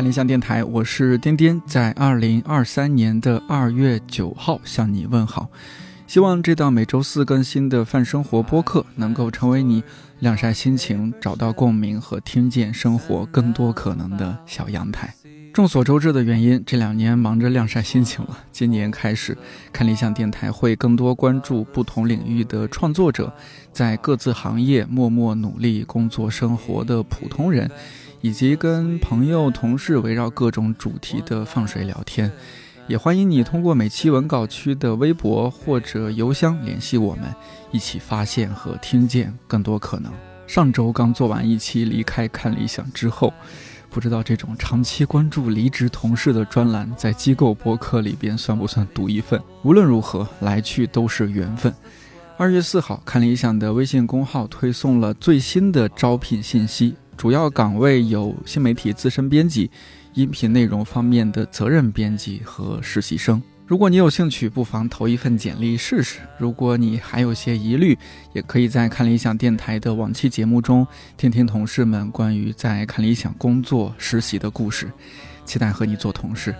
理想电台，我是颠颠，在2023年的2月9号向你问好。希望这档每周四更新的泛生活播客能够成为你晾晒心情、找到共鸣和听见生活更多可能的小阳台。众所周知的原因，这2年忙着晾晒心情了。今年开始，看理想电台会更多关注不同领域的创作者，在各自行业默默努力工作生活的普通人，以及跟朋友同事围绕各种主题的放水聊天。也欢迎你通过每期文稿区的微博或者邮箱联系我们，一起发现和听见更多可能。上周刚做完一期离开看理想之后，不知道这种长期关注离职同事的专栏在机构播客里边算不算独一份。无论如何，来去都是缘分。2月4号，看理想的微信公号推送了最新的招聘信息，主要岗位有新媒体资深编辑、音频内容方面的责任编辑和实习生。如果你有兴趣，不妨投一份简历试试。如果你还有些疑虑，也可以在看理想电台的往期节目中听听同事们关于在看理想工作实习的故事，期待和你做同事。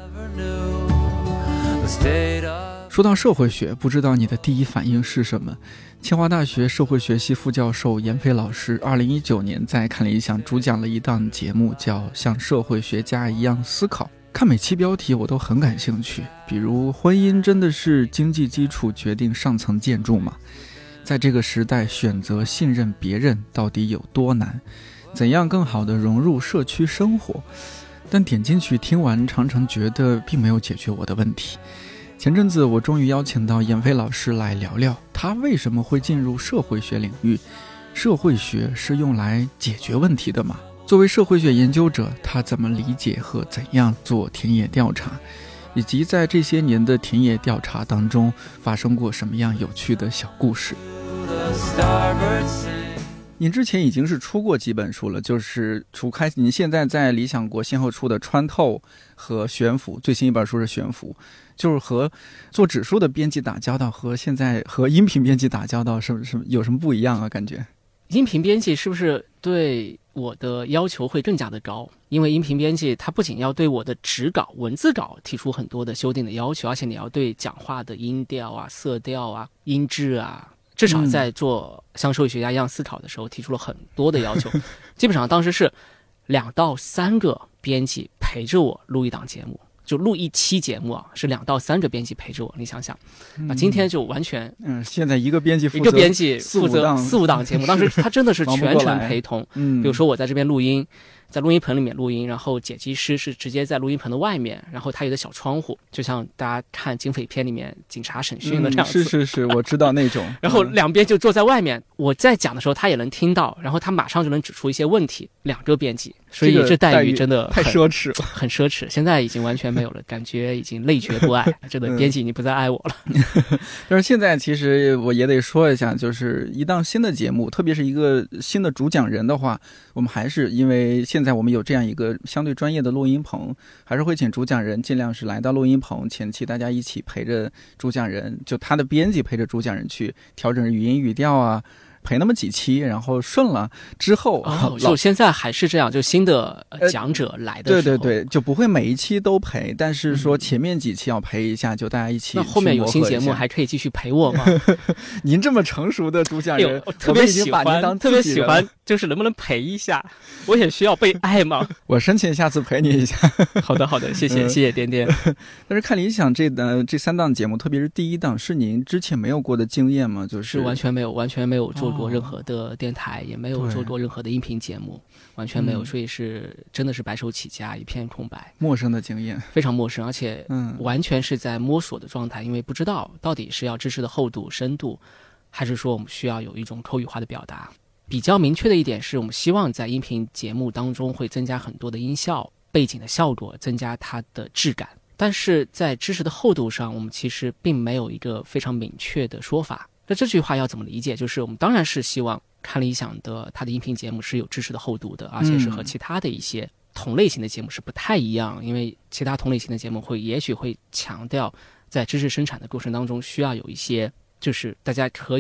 说到社会学，不知道你的第一反应是什么？清华大学社会学系副教授闫飞老师2019年在看理想主讲了一档节目，叫《像社会学家一样思考》。看每期标题我都很感兴趣，比如婚姻真的是经济基础决定上层建筑吗？在这个时代，选择信任别人到底有多难？怎样更好地融入社区生活？但点进去听完，常常觉得并没有解决我的问题。前阵子我终于邀请到闫飞老师来聊聊他为什么会进入社会学领域，社会学是用来解决问题的吗？作为社会学研究者，他怎么理解和怎样做田野调查，以及在这些年的田野调查当中发生过什么样有趣的小故事。您之前已经是出过几本书了，就是除开您现在在理想国先后出的《穿透》和《悬浮》，最新一本书是《悬浮》，就是和做指数的编辑打交道和现在和音频编辑打交道有什么不一样啊？感觉音频编辑是不是对我的要求会更加的高？因为音频编辑它不仅要对我的纸稿、文字稿提出很多的修订的要求，而且你要对讲话的音调啊、色调啊、音质啊，至少在做像社会学家一样思考的时候提出了很多的要求。基本上当时是2到3个编辑陪着我录一档节目，就录一期节目啊，是2到3个编辑陪着我。你想想，今天就完全， 现在一个编辑负责4、5 档节目，当时他真的是全程陪同。比如说我在这边录音，在录音棚里面录音，然后剪辑师是直接在录音棚的外面，然后他有个小窗户，就像大家看警匪片里面警察审讯的这样子。 是，我知道那种。 然后两边就坐在外面，我在讲的时候他也能听到，然后他马上就能指出一些问题。2个编辑，所以这待遇真的太奢侈了， 很奢侈。现在已经完全没有了，感觉已经累觉不爱，真的编辑你不再爱我了。 但是现在其实我也得说一下，就是一档新的节目，特别是一个新的主讲人的话，我们还是因为现在我们有这样一个相对专业的录音棚，还是会请主讲人尽量是来到录音棚，前期大家一起陪着主讲人，就他的编辑陪着主讲人去调整语音语调啊，陪那么几期，然后顺了之后， 就现在还是这样，就新的讲者来的时候， 对，就不会每一期都陪，但是说前面几期要陪一下，就大家一起。 那后面有新节目还可以继续陪我吗？ 您这么成熟的主讲人， 我特别喜欢，就是能不能陪一下？我也需要被爱吗？ 我申请下次陪你一下。 好的，谢谢颠颠。 但是看理想这3档节目，特别是第1档，是您之前没有过的经验吗？就是完全没有做过任何的电台，也没有做过任何的音频节目，完全没有，所以真的是白手起家，一片空白， 陌生的经验， 非常陌生，而且完全是在摸索的状态，因为不知道到底是要知识的厚度、深度，还是说我们需要有一种口语化的表达。比较明确的一点是，我们希望在音频节目当中会增加很多的音效、背景的效果，增加它的质感。但是在知识的厚度上，我们其实并没有一个非常明确的说法。那这句话要怎么理解？就是我们当然是希望看理想的它的音频节目是有知识的厚度的，而且是和其他的一些同类型的节目是不太一样，因为其他同类型的节目也许会强调在知识生产的过程当中需要有一些就是大家可以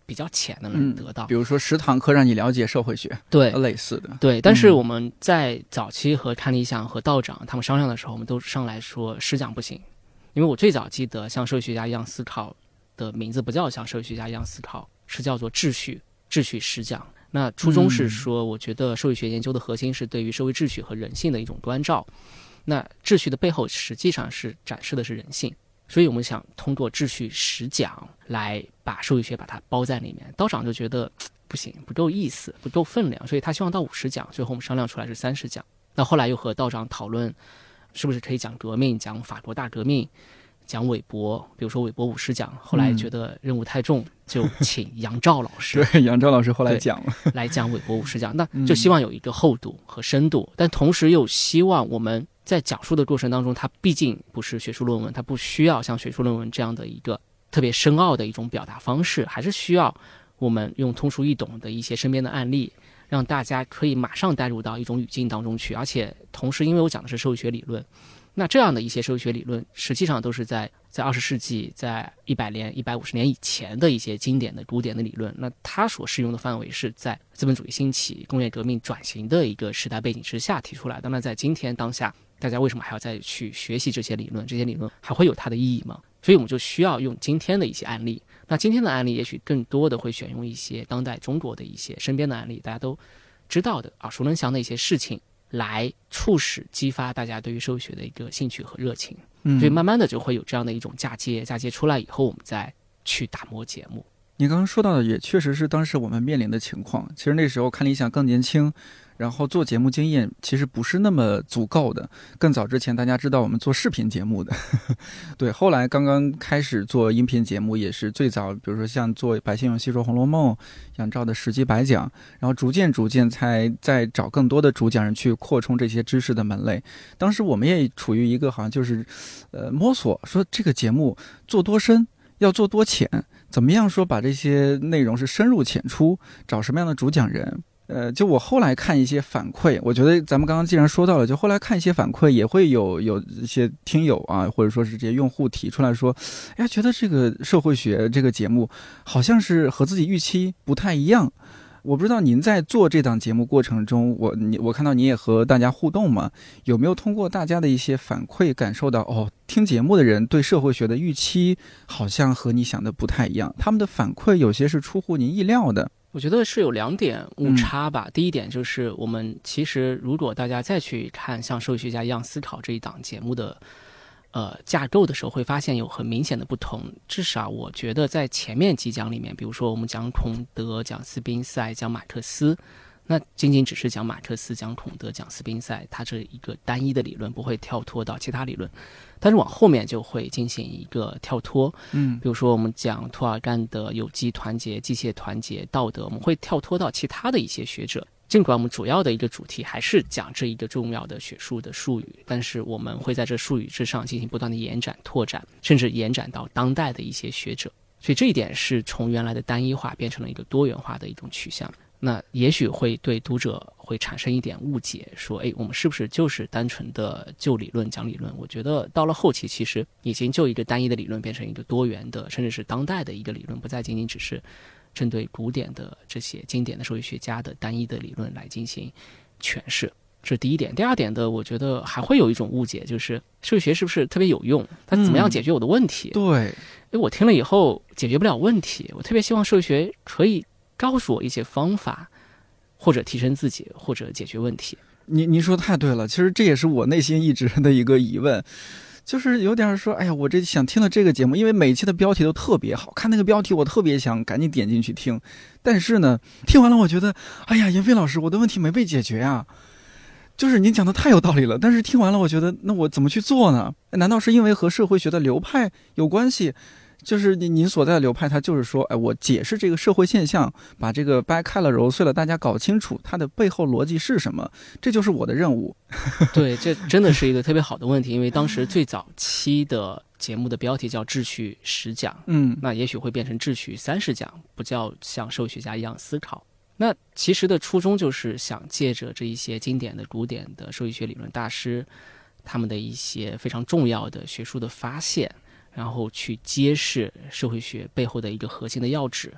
比较浅的能得到。 比如说10堂课让你了解社会学， 对， 类似的。 对，但是我们在早期和看理想和道长他们商量的时候，我们都上来说10讲不行，因为我最早记得像社会学家一样思考的名字不叫像社会学家一样思考，是叫做秩序10讲。那初衷是说，我觉得社会学研究的核心是对于社会秩序和人性的一种关照。那秩序的背后实际上是展示的是人性，所以我们想通过秩序10讲来把社会学把它包在里面。道长就觉得不行，不够意思，不够分量，所以他希望到50讲，最后我们商量出来是30讲。那后来又和道长讨论，是不是可以讲革命，讲法国大革命，讲韦伯，比如说韦伯50讲，后来觉得任务太重，就请杨照老师。 对，杨照老师后来讲了， 来讲韦伯50讲，那就希望有一个厚度和深度，但同时又希望我们在讲述的过程当中，它毕竟不是学术论文，它不需要像学术论文这样的一个特别深奥的一种表达方式，还是需要我们用通俗易懂的一些身边的案例，让大家可以马上带入到一种语境当中去。而且同时，因为我讲的是社会学理论，那这样的一些社会学理论实际上都是在20世纪，在100年、150年以前的一些经典的古典的理论，那它所适用的范围是在资本主义兴起、工业革命转型的一个时代背景之下提出来的。那在今天当下，大家为什么还要再去学习这些理论？这些理论还会有它的意义吗？所以我们就需要用今天的一些案例。那今天的案例也许更多的会选用一些当代中国的一些身边的案例，大家都知道的、耳熟能详的一些事情，来促使激发大家对于社会学的一个兴趣和热情。所以慢慢的就会有这样的一种嫁接出来以后，我们再去打磨节目。 你刚刚说到的也确实是当时我们面临的情况。其实那时候看理想更年轻，然后做节目经验其实不是那么足够的。更早之前大家知道我们做视频节目的对，后来刚刚开始做音频节目也是最早，比如说像做白先勇细说红楼梦，杨照的10集100讲，然后逐渐才在找更多的主讲人去扩充这些知识的门类。当时我们也处于一个好像就是摸索，说这个节目做多深，要做多浅，怎么样说把这些内容是深入浅出，找什么样的主讲人。就我后来看一些反馈，我觉得咱们刚刚既然说到了，就后来看一些反馈也会有一些听友啊，或者说是这些用户提出来说，哎呀，觉得这个社会学这个节目好像是和自己预期不太一样。我不知道您在做这档节目过程中，我看到你也和大家互动嘛，有没有通过大家的一些反馈感受到，哦，听节目的人对社会学的预期好像和你想的不太一样，他们的反馈有些是出乎您意料的。 我觉得是有2点误差吧。第一点就是我们其实如果大家再去看像社会学家一样思考这一档节目的架构的时候，会发现有很明显的不同。至少我觉得在前面几讲里面，比如说我们讲孔德、讲斯宾塞、讲马克思，那仅仅只是讲马克思、讲孔德、讲斯宾塞，它是一个单一的理论，不会跳脱到其他理论。但是往后面就会进行一个跳脱，比如说我们讲涂尔干的有机团结、机械团结、道德，我们会跳脱到其他的一些学者。尽管我们主要的一个主题还是讲这一个重要的学术的术语，但是我们会在这术语之上进行不断的延展、拓展，甚至延展到当代的一些学者。所以这一点是从原来的单一化变成了一个多元化的一种取向。那也许会对读者会产生一点误解，说我们是不是就是单纯的就理论讲理论。我觉得到了后期其实已经就一个单一的理论变成一个多元的，甚至是当代的一个理论，不再仅仅只是针对古典的这些经典的社会学家的单一的理论来进行诠释。这是第一点。第二点的，我觉得还会有一种误解，就是社会学是不是特别有用，它怎么样解决我的问题。 对， 我听了以后解决不了问题，我特别希望社会学可以告诉我一些方法，或者提升自己，或者解决问题。 您说太对了，其实这也是我内心一直的一个疑问，就是有点说，哎呀，我这想听了这个节目，因为每期的标题都特别好看，那个标题我特别想赶紧点进去听，但是呢，听完了我觉得，哎呀，闫飞老师，我的问题没被解决啊。就是您讲的太有道理了，但是听完了我觉得，那我怎么去做呢？难道是因为和社会学的流派有关系？就是您所在的流派，它就是说，我解释这个社会现象，把这个掰开了揉碎了，大家搞清楚它的背后逻辑是什么，这就是我的任务。 对，这真的是一个特别好的问题，因为当时最早期的节目的标题叫秩序10讲，那也许会变成秩序30讲，不叫像社会学家一样思考。那其实的初衷就是想借着这一些经典的古典的社会学理论大师他们的一些非常重要的学术的发现，然后去揭示社会学背后的一个核心的要旨，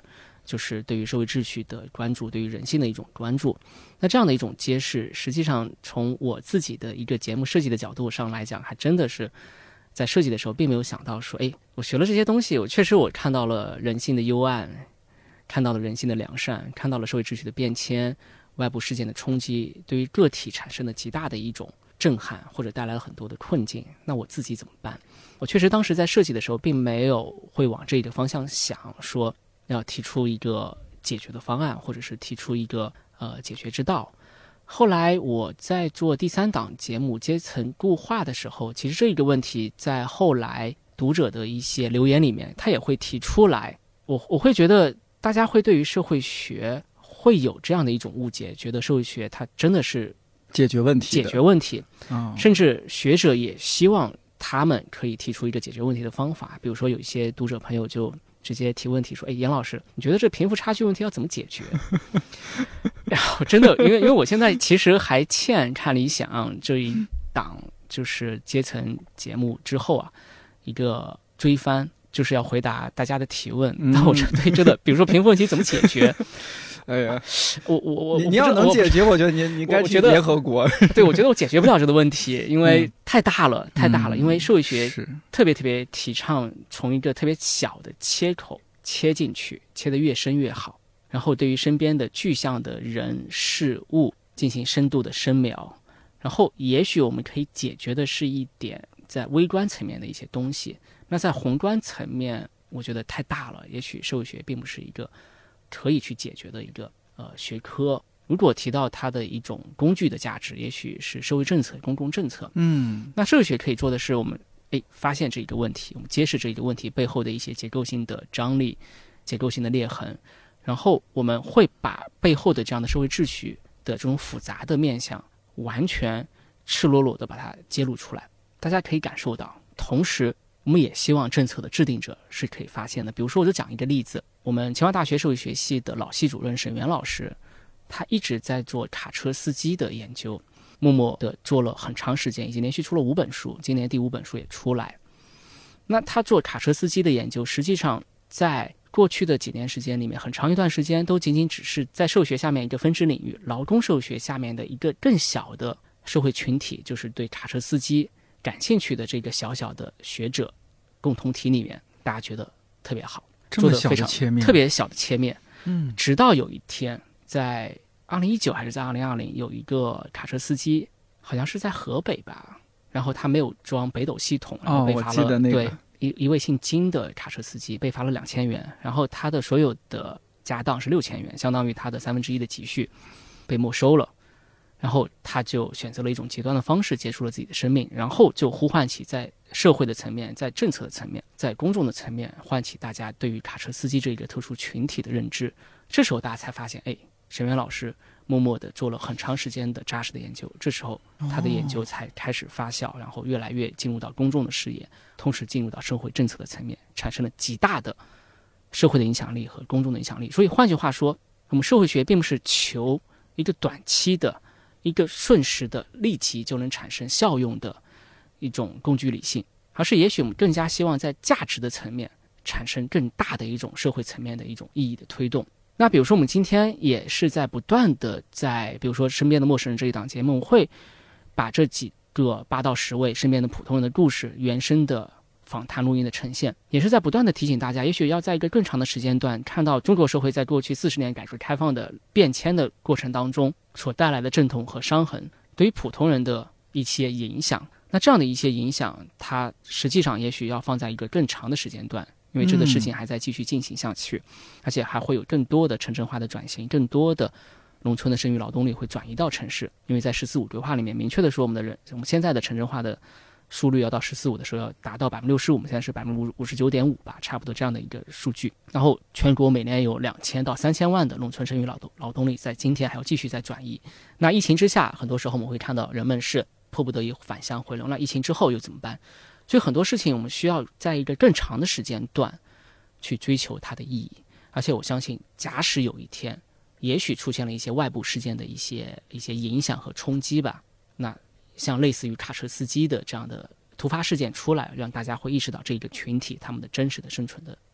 就是对于社会秩序的关注，对于人性的一种关注。那这样的一种揭示，实际上从我自己的一个节目设计的角度上来讲，还真的是在设计的时候并没有想到说，我学了这些东西，我确实看到了人性的幽暗，看到了人性的良善，看到了社会秩序的变迁，外部事件的冲击对于个体产生了极大的一种震撼，或者带来了很多的困境，那我自己怎么办？我确实当时在设计的时候并没有会往这个方向想，说要提出一个解决的方案，或者是提出一个解决之道。后来我在做第3档节目阶层固化的时候，其实这一个问题在后来读者的一些留言里面他也会提出来。我会觉得大家会对于社会学会有这样的一种误解，觉得社会学它真的是解决问题， 甚至学者也希望他们可以提出一个解决问题的方法。比如说有一些读者朋友就直接提问题说，严老师，你觉得这贫富差距问题要怎么解决？然后真的因为我现在其实还欠看理想这一档就是阶层节目之后啊一个追番，就是要回答大家的提问。但我真的比如说贫富问题怎么解决， 哎呀， 你要能解决，我觉得你该去联合国。 对，我觉得我解决不了这个问题，因为太大了。因为社会学特别提倡从一个特别小的切口切进去，切得越深越好。然后对于身边的具象的人事物进行深度的深描。然后也许我们可以解决的是一点在微观层面的一些东西。那在宏观层面，我觉得太大了，也许社会学并不是一个可以去解决的一个学科。如果提到它的一种工具的价值，也许是社会政策、公共政策。那社会学可以做的是，我们发现这一个问题，我们揭示这一个问题背后的一些结构性的张力、结构性的裂痕，然后我们会把背后的这样的社会秩序的这种复杂的面向，完全赤裸裸的把它揭露出来，大家可以感受到。同时，我们也希望政策的制定者是可以发现的。比如说，我就讲一个例子，我们清华大学社会学系的老系主任沈源老师，他一直在做卡车司机的研究，默默的做了很长时间，已经连续出了5本书，今年第5本书也出来。那他做卡车司机的研究，实际上在过去的几年时间里面，很长一段时间都仅仅只是在社会学下面一个分支领域，劳工社会学下面的一个更小的社会群体，就是对卡车司机感兴趣的这个小小的学者共同体里面，大家觉得特别好， 这么小的切面， 特别小的切面。直到有一天，在2019还是在2020，有一个卡车司机，好像是在河北吧，然后他没有装北斗系统，然后被罚了。 我记得那个。 对，一位姓金的卡车司机被罚了2000元，然后他的所有的家当是6000元，相当于他的1/3的积蓄被没收了。然后他就选择了一种极端的方式结束了自己的生命，然后就呼唤起在社会的层面、在政策的层面、在公众的层面，唤起大家对于卡车司机这个特殊群体的认知。这时候大家才发现，沈源老师默默地做了很长时间的扎实的研究，这时候他的研究才开始发酵，然后越来越进入到公众的视野，同时进入到社会政策的层面，产生了极大的社会的影响力和公众的影响力。所以换句话说，我们社会学并不是求一个短期的一个瞬时的立即就能产生效用的一种工具理性，而是也许我们更加希望在价值的层面产生更大的一种社会层面的一种意义的推动。那比如说我们今天也是在不断的在比如说身边的陌生人这一档节目，我会把这几个8到10位身边的普通人的故事原生的访谈录音的呈现，也是在不断的提醒大家，也许要在一个更长的时间段看到中国社会在过去40年改革开放的变迁的过程当中所带来的阵痛和伤痕对于普通人的一些影响。那这样的一些影响，它实际上也许要放在一个更长的时间段，因为这个事情还在继续进行下去，而且还会有更多的城镇化的转型，更多的农村的生育劳动力会转移到城市。因为在14-5规划里面明确的说，我们现在的城镇化的数率要到14-5的时候要达到65%，我们现在是59.5%吧，差不多这样的一个数据。然后全国每年有2000到3000万的农村生育劳动力在今天还要继续在转移。那疫情之下，很多时候我们会看到人们是迫不得已返乡回流，那疫情之后又怎么办？所以很多事情我们需要在一个更长的时间段去追求它的意义。而且我相信，假使有一天也许出现了一些外部事件的一些影响和冲击吧，那像类似于卡车司机的这样的突发事件出来，让大家会意识到这个群体他们的真实的生存的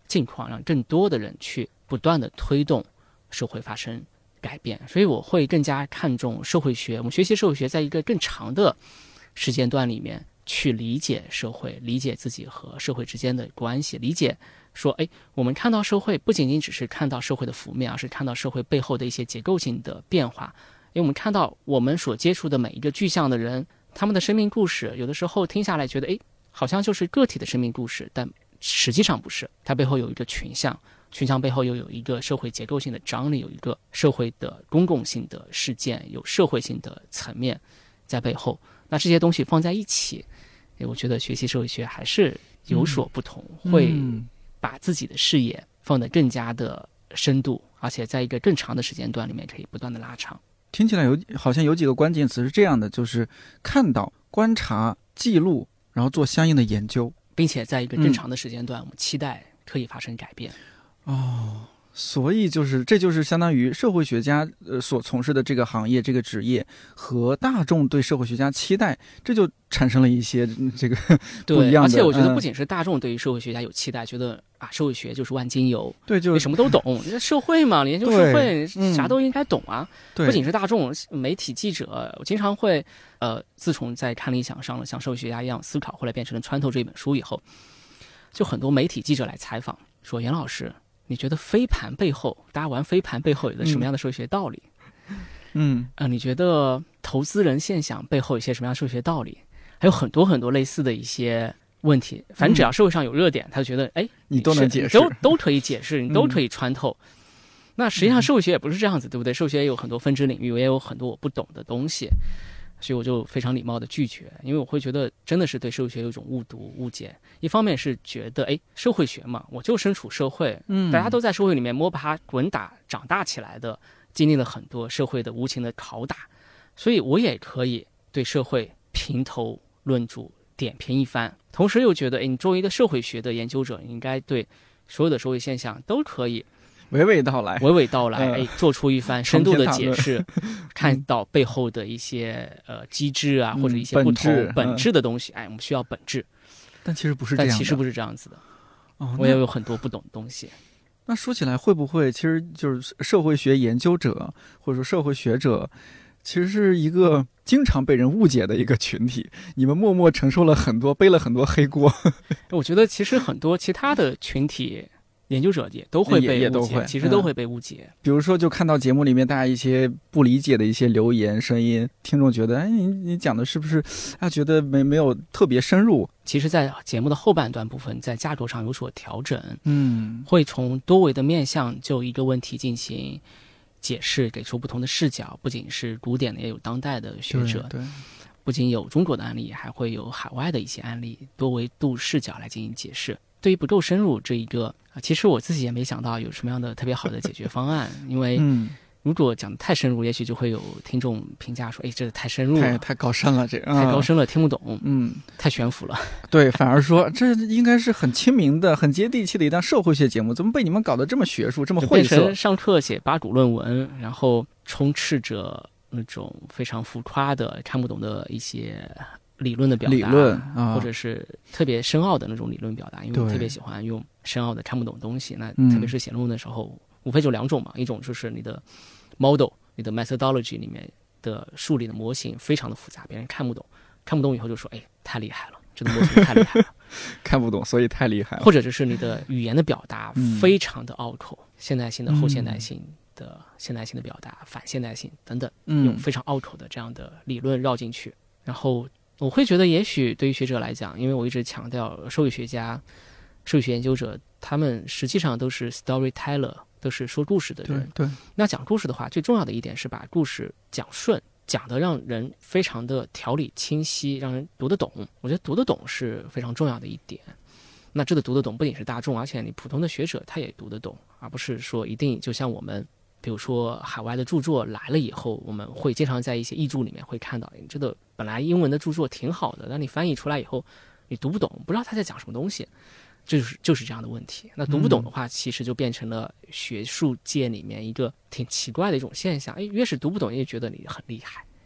境况，让更多的人去不断的推动社会发生改变。所以我会更加看重社会学，我们学习社会学在一个更长的时间段里面去理解社会，理解自己和社会之间的关系，理解说我们看到社会不仅仅只是看到社会的浮面，而是看到社会背后的一些结构性的变化。因为我们看到我们所接触的每一个具象的人，他们的生命故事有的时候听下来觉得好像就是个体的生命故事，但实际上不是，它背后有一个群像，群像背后又有一个社会结构性的张力，有一个社会的公共性的事件，有社会性的层面在背后。那这些东西放在一起，我觉得学习社会学还是有所不同，会把自己的视野放得更加的深度，而且在一个更长的时间段里面可以不断的拉长。 听起来好像有几个关键词是这样的，就是看到、观察、记录，然后做相应的研究， 并且在一个更长的时间段，我们期待可以发生改变。 所以这就是相当于社会学家所从事的这个行业、这个职业和大众对社会学家期待，这就产生了一些这个不一样的。 而且我觉得不仅是大众对于社会学家有期待，觉得社会学就是万金油， 对， 你什么都懂，你社会嘛，你研究社会，啥都应该懂啊。不仅是大众，媒体记者，我经常会自从在看理想上了像社会学家一样思考，后来变成了《穿透》这本书以后，就很多媒体记者来采访说，严老师，你觉得飞盘背后，大家玩飞盘背后有个什么样的社会学道理？你觉得投资人现象背后有些什么样的社会学道理？还有很多很多类似的一些问题，反正只要社会上有热点，他就觉得你都能解释， 都可以解释，你都可以穿透。那实际上社会学也不是这样子，对不对？社会学也有很多分支领域，也有很多我不懂的东西，所以我就非常礼貌的拒绝，因为我会觉得真的是对社会学有一种误读误解。一方面是觉得社会学嘛，我就身处社会，大家都在社会里面摸爬滚打长大起来的，经历了很多社会的无情的拷打，所以我也可以对社会评头论足点评一番。同时又觉得你作为一个社会学的研究者，你应该对所有的社会现象都可以娓娓道来， 做出一番深度的解释，看到背后的一些机制啊，或者一些不同本质的东西。我们需要本质， 但其实不是这样的。 但其实不是这样子的。我也有很多不懂的东西。 那说起来，会不会其实就是社会学研究者或者说社会学者，其实是一个经常被人误解的一个群体？你们默默承受了很多，背了很多黑锅。 我觉得其实很多其他的群体。研究者也都会被误解，其实都会被误解。 比如说，就看到节目里面大家一些不理解的一些留言声音，听众觉得，你讲的是不是觉得没有特别深入？ 其实，在节目的后半段部分，在架构上有所调整，会从多维的面向就一个问题进行解释，给出不同的视角。不仅是古典的，也有当代的学者， 对， 不仅有中国的案例，还会有海外的一些案例，多维度视角来进行解释。对于不够深入这一个，其实我自己也没想到有什么样的特别好的解决方案，因为如果讲得太深入，也许就会有听众评价说，这太深入了， 太高深了， 太高深了，听不懂，太悬浮了。 对，反而说这应该是很亲民的、很接地气的一档社会学节目，怎么被你们搞得这么学术、这么晦涩？ 变成上课写八股论文，然后充斥着那种非常浮夸的、看不懂的一些理论的表达，或者是特别深奥的那种理论表达，因为我特别喜欢用深奥的看不懂的东西。那特别是写论文的时候，无非就两种嘛，一种就是你的 model、你的 methodology 里面的数理的模型非常的复杂，别人看不懂，看不懂以后就说，太厉害了，这个模型太厉害了， 看不懂，所以太厉害了。 或者就是你的语言的表达非常的拗口，现代性的、后现代性的、现代性的表达、反现代性等等，用非常拗口的这样的理论绕进去，然后。我会觉得也许对于学者来讲，因为我一直强调社会学家、社会学研究者，他们实际上都是 storyteller， 都是说故事的人。 对。 那讲故事的话，最重要的一点是把故事讲顺，讲得让人非常的条理清晰，让人读得懂。我觉得读得懂是非常重要的一点。那这个读得懂不仅是大众，而且你普通的学者他也读得懂，而不是说一定就像我们。比如说海外的著作来了以后，我们会经常在一些译注里面会看到，这个本来英文的著作挺好的，但你翻译出来以后，你读不懂，不知道他在讲什么东西，就是这样的问题。那读不懂的话，其实就变成了学术界里面一个挺奇怪的一种现象。越是读不懂，越觉得你很厉害，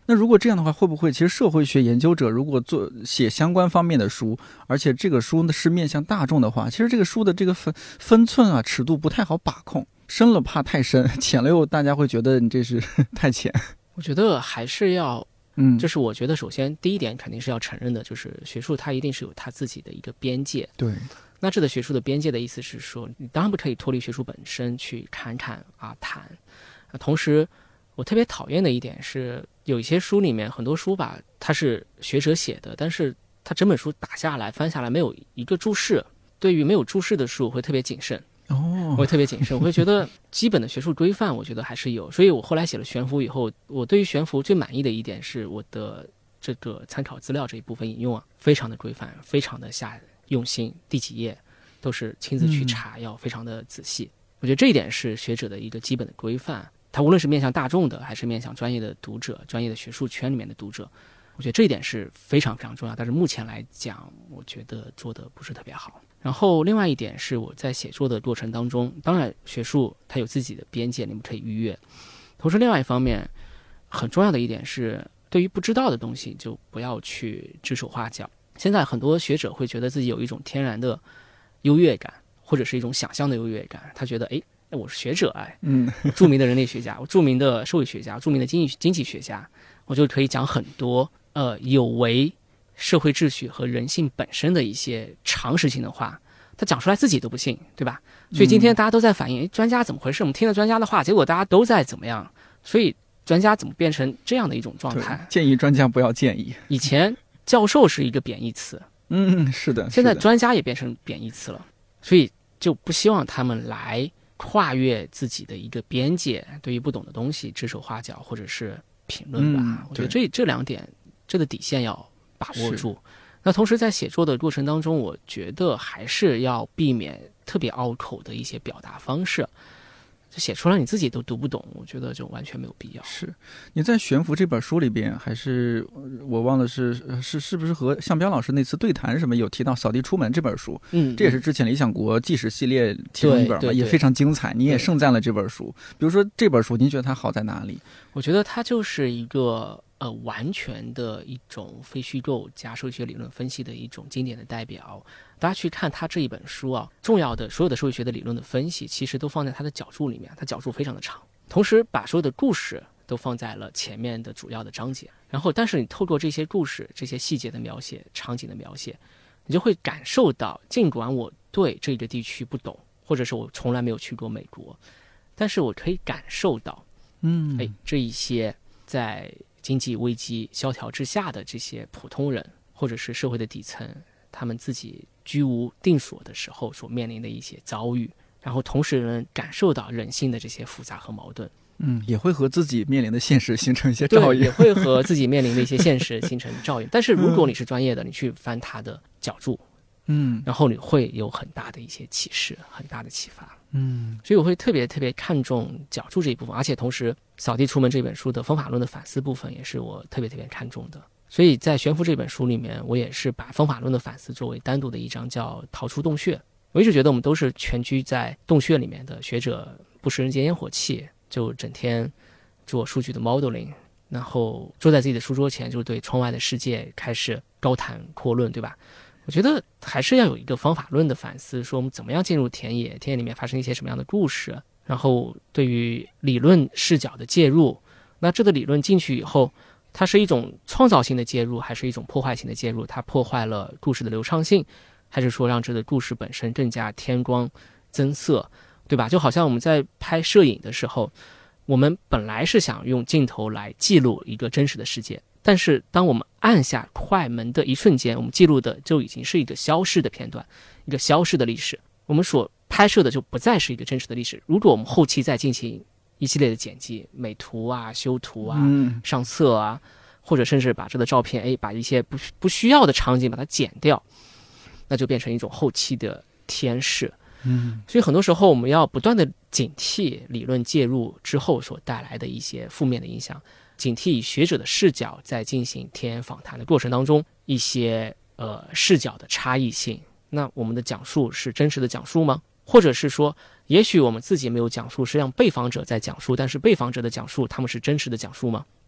那如果这样的话，会不会其实社会学研究者如果写相关方面的书，而且这个书呢是面向大众的话，其实这个书的这个分寸啊尺度不太好把控，深了怕太深，浅了又大家会觉得你这是太浅。 我觉得还是要就是我觉得首先第一点肯定是要承认的，就是学术它一定是有它自己的一个边界。 对， 那这个学术的边界的意思是说，你当然不可以脱离学术本身去侃谈。同时我特别讨厌的一点是，有一些书里面很多书吧，它是学者写的，但是它整本书打下来翻下来没有一个注释。对于没有注释的书我会特别谨慎。我会特别谨慎，我会觉得基本的学术规范我觉得还是有。所以我后来写了悬浮以后，我对于悬浮最满意的一点是我的这个参考资料这一部分引用非常的规范，非常的用心，第几页都是亲自去查，要非常的仔细。我觉得这一点是学者的一个基本的规范，它无论是面向大众的还是面向专业的读者，专业的学术圈里面的读者，我觉得这一点是非常非常重要。但是目前来讲我觉得做的不是特别好。然后另外一点是我在写作的过程当中，当然学术它有自己的边界，你们可以逾越。同时另外一方面很重要的一点是，对于不知道的东西就不要去指手画脚。现在很多学者会觉得自己有一种天然的优越感，或者是一种想象的优越感，他觉得我是学者，我著名的人类学家，我著名的社会学家，著名的经济学家，我就可以讲很多有违社会秩序和人性本身的一些常识性的话，他讲出来自己都不信，对吧？所以今天大家都在反映专家怎么回事，我们听了专家的话，结果大家都在怎么样，所以专家怎么变成这样的一种状态？ 建议专家不要建议。 以前教授是一个贬义词， 是的， 现在专家也变成贬义词了，所以就不希望他们来跨越自己的一个边界，对于不懂的东西指手画脚或者是评论吧。我觉得这两点这个底线要把握住。那同时在写作的过程当中，我觉得还是要避免特别拗口的一些表达方式，就写出来你自己都读不懂，我觉得就完全没有必要。 是你在悬浮这本书里边，还是我忘了是不是和向彪老师那次对谈什么有提到《扫地出门》这本书？这也是之前理想国纪实系列其中一本嘛，也非常精彩，你也盛赞了这本书。比如说这本书您觉得它好在哪里？ 我觉得它就是一个完全的一种非虚构加社会学理论分析的一种经典的代表。大家去看他这一本书重要的所有的社会学的理论的分析其实都放在他的脚注里面，他脚注非常的长，同时把所有的故事都放在了前面的主要的章节。然后但是你透过这些故事，这些细节的描写，场景的描写，你就会感受到，尽管我对这个地区不懂，或者是我从来没有去过美国，但是我可以感受到这一些在经济危机萧条之下的这些普通人，或者是社会的底层，他们自己居无定所的时候所面临的一些遭遇，然后同时能感受到人性的这些复杂和矛盾。 也会和自己面临的现实形成一些照应， 也会和自己面临的一些现实形成照应。但是如果你是专业的，你去翻他的脚注，然后你会有很大的一些启示，很大的启发。所以我会特别特别看重脚注这一部分，而且同时《扫地出门》这本书的方法论的反思部分也是我特别特别看重的。所以在悬浮这本书里面，我也是把方法论的反思作为单独的一章，叫逃出洞穴。我一直觉得我们都是全居在洞穴里面的学者，不食人间烟火气，就整天做数据的 modeling， 然后坐在自己的书桌前就对窗外的世界开始高谈阔论，对吧？我觉得还是要有一个方法论的反思，说我们怎么样进入田野里面发生一些什么样的故事，然后对于理论视角的介入，那这个理论进去以后，它是一种创造性的介入，还是一种破坏性的介入？它破坏了故事的流畅性，还是说让这个故事本身更加添光增色，对吧？就好像我们在拍摄影的时候，我们本来是想用镜头来记录一个真实的世界，但是当我们按下快门的一瞬间，我们记录的就已经是一个消逝的片段，一个消逝的历史，我们所拍摄的就不再是一个真实的历史。如果我们后期再进行一系列的剪辑，美图修图上色或者甚至把这个照片把一些不需要的场景把它剪掉，那就变成一种后期的添饰。所以很多时候我们要不断的警惕理论介入之后所带来的一些负面的影响，警惕以学者的视角在进行田野访谈的过程当中一些视角的差异性。那我们的讲述是真实的讲述吗？或者是说也许我们自己没有讲述，是让被访者在讲述，但是被访者的讲述他们是真实的讲述吗？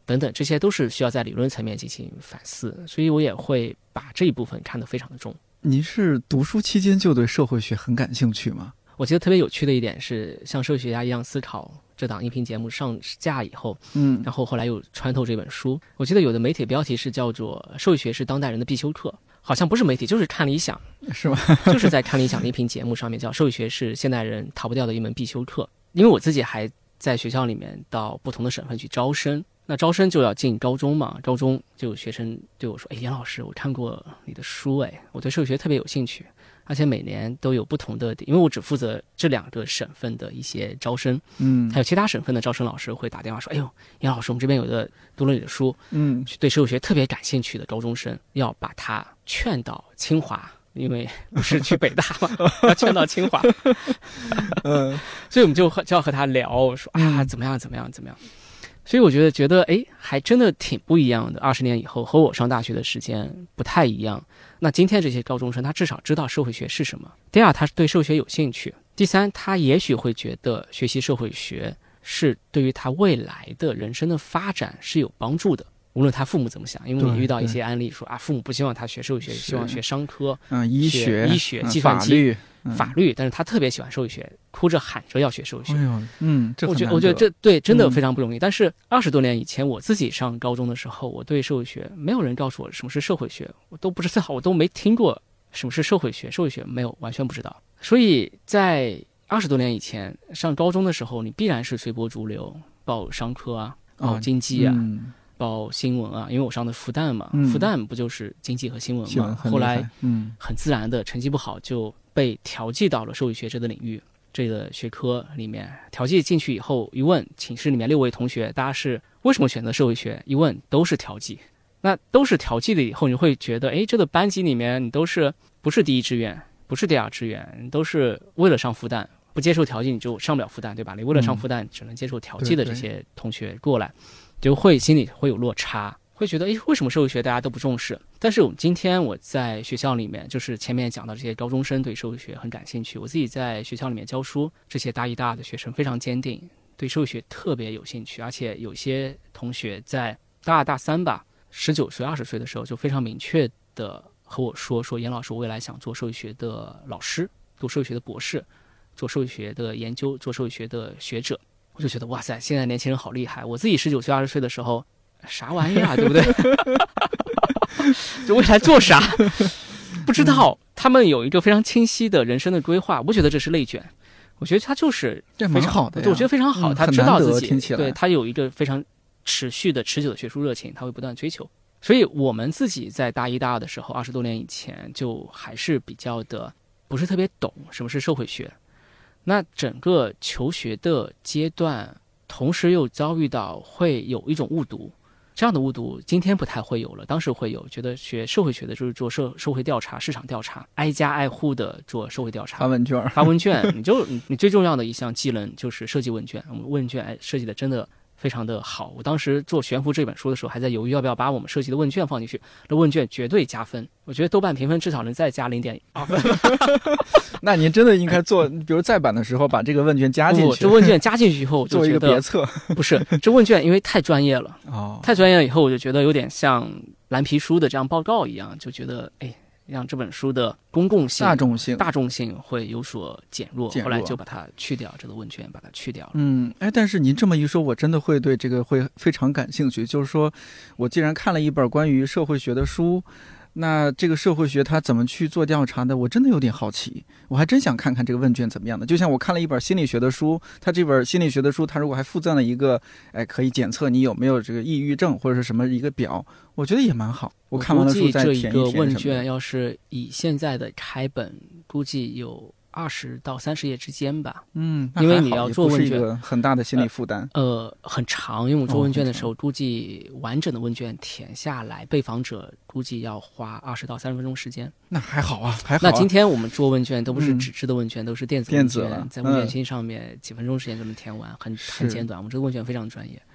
等等，这些都是需要在理论层面进行反思，所以我也会把这一部分看得非常的重。 您是读书期间就对社会学很感兴趣吗？ 我觉得特别有趣的一点是，像社会学家一样思考这档音频节目上架以后，然后后来又穿透这本书，我记得有的媒体标题是叫做社会学是当代人的必修课，好像不是媒体，就是看理想， 是吗？ 就是在看理想的音频节目上面叫社会学是现代人逃不掉的一门必修课。因为我自己还在学校里面到不同的省份去招生，那招生就要进高中嘛，高中就有学生对我说，严老师，我看过你的书，我对社会学特别有兴趣，而且每年都有不同的，因为我只负责这2个省份的一些招生，还有其他省份的招生老师会打电话说，哎呦，严老师，我们这边有的读了你的书，对社会学特别感兴趣的高中生，要把他劝到清华，因为不是去北大嘛，要劝到清华，所以我们就要和他聊，说怎么样怎么样怎么样。所以我觉得还真的挺不一样的。20年以后和我上大学的时间不太一样。那今天这些高中生，他至少知道社会学是什么。第二，他对社会学有兴趣。第三，他也许会觉得学习社会学是对于他未来的人生的发展是有帮助的。无论他父母怎么想，因为我遇到一些案例说父母不希望他学社会学，希望学商科、 医学、 计算机、法律，但是他特别喜欢社会学，哭着喊着要学社会学。我觉得这对真的非常不容易。但是20多年以前，我自己上高中的时候，我对社会学没有人告诉我什么是社会学，我都不知道，我都没听过什么是社会学，社会学没有，完全不知道。所以在20多年以前上高中的时候，你必然是随波逐流，报商科报经济报新闻因为我上的复旦嘛，复旦不就是经济和新闻嘛，后来很自然的成绩不好就被调剂到了社会学这个领域，这个学科里面。调剂进去以后，一问寝室里面6位同学，大家是为什么选择社会学，一问都是调剂。那都是调剂的以后，你会觉得这个班级里面你都是不是第一志愿，不是第二志愿，你都是为了上复旦，不接受调剂你就上不了复旦，对吧？你为了上复旦只能接受调剂的这些同学过来，就会心里会有落差，会觉得为什么社会学大家都不重视？但是今天我在学校里面，就是前面讲到这些高中生对社会学很感兴趣，我自己在学校里面教书，这些大一大二的学生非常坚定，对社会学特别有兴趣，而且有些同学在大二大三吧，19岁20岁的时候就非常明确的和我说严老师，我未来想做社会学的老师，读社会学的博士，做社会学的研究，做社会学的学者。我就觉得哇塞，现在年轻人好厉害！我自己19岁20岁的时候，啥玩意对不对？就未来做啥不知道。他们有一个非常清晰的人生的规划，我不觉得这是内卷，我觉得他就是这蛮好的， 我觉得非常好。他知道自己， 对他有一个非常持续的持久的学术热情，他会不断追求。所以我们自己在大一大二的时候，20多年以前就还是比较的不是特别懂什么是社会学。那整个求学的阶段，同时又遭遇到会有一种误读，这样的误读今天不太会有了，当时会有，觉得学社会学的就是做社会调查、市场调查，挨家挨户的做社会调查，发问卷，你最重要的一项技能就是设计问卷，我们问卷设计的真的非常的好。我当时做《悬浮》这本书的时候，还在犹豫要不要把我们设计的问卷放进去，那问卷绝对加分，我觉得豆瓣评分至少能再加0.2分。 那您真的应该做，比如再版的时候把这个问卷加进去。 这问卷加进去以后，我就觉得做一个别册。 不是，这问卷因为太专业了，太专业了以后，我就觉得有点像蓝皮书的这样报告一样，就觉得让这本书的公共性、大众性会有所减弱，后来就把它去掉，这个问卷把它去掉了。 但是您这么一说，我真的会对这个会非常感兴趣。就是说我既然看了一本关于社会学的书，那这个社会学它怎么去做调查的，我真的有点好奇，我还真想看看这个问卷怎么样的。就像我看了一本心理学的书，它这本心理学的书它如果还附赠了一个可以检测你有没有这个抑郁症或者是什么一个表，我觉得也蛮好。我看完了书再填一填。 这一个问卷要是以现在的开本，估计有20到30页之间吧。因为你要做问卷， 不是一个很大的心理负担。 很长，因为我做问卷的时候，估计完整的问卷填下来，被访者估计要花20到30分钟时间。 那还好啊，还好。 那今天我们做问卷都不是纸质的问卷，都是电子问卷， 了， 在问卷星上面几分钟时间就能填完，很简短。我们这个问卷非常专业。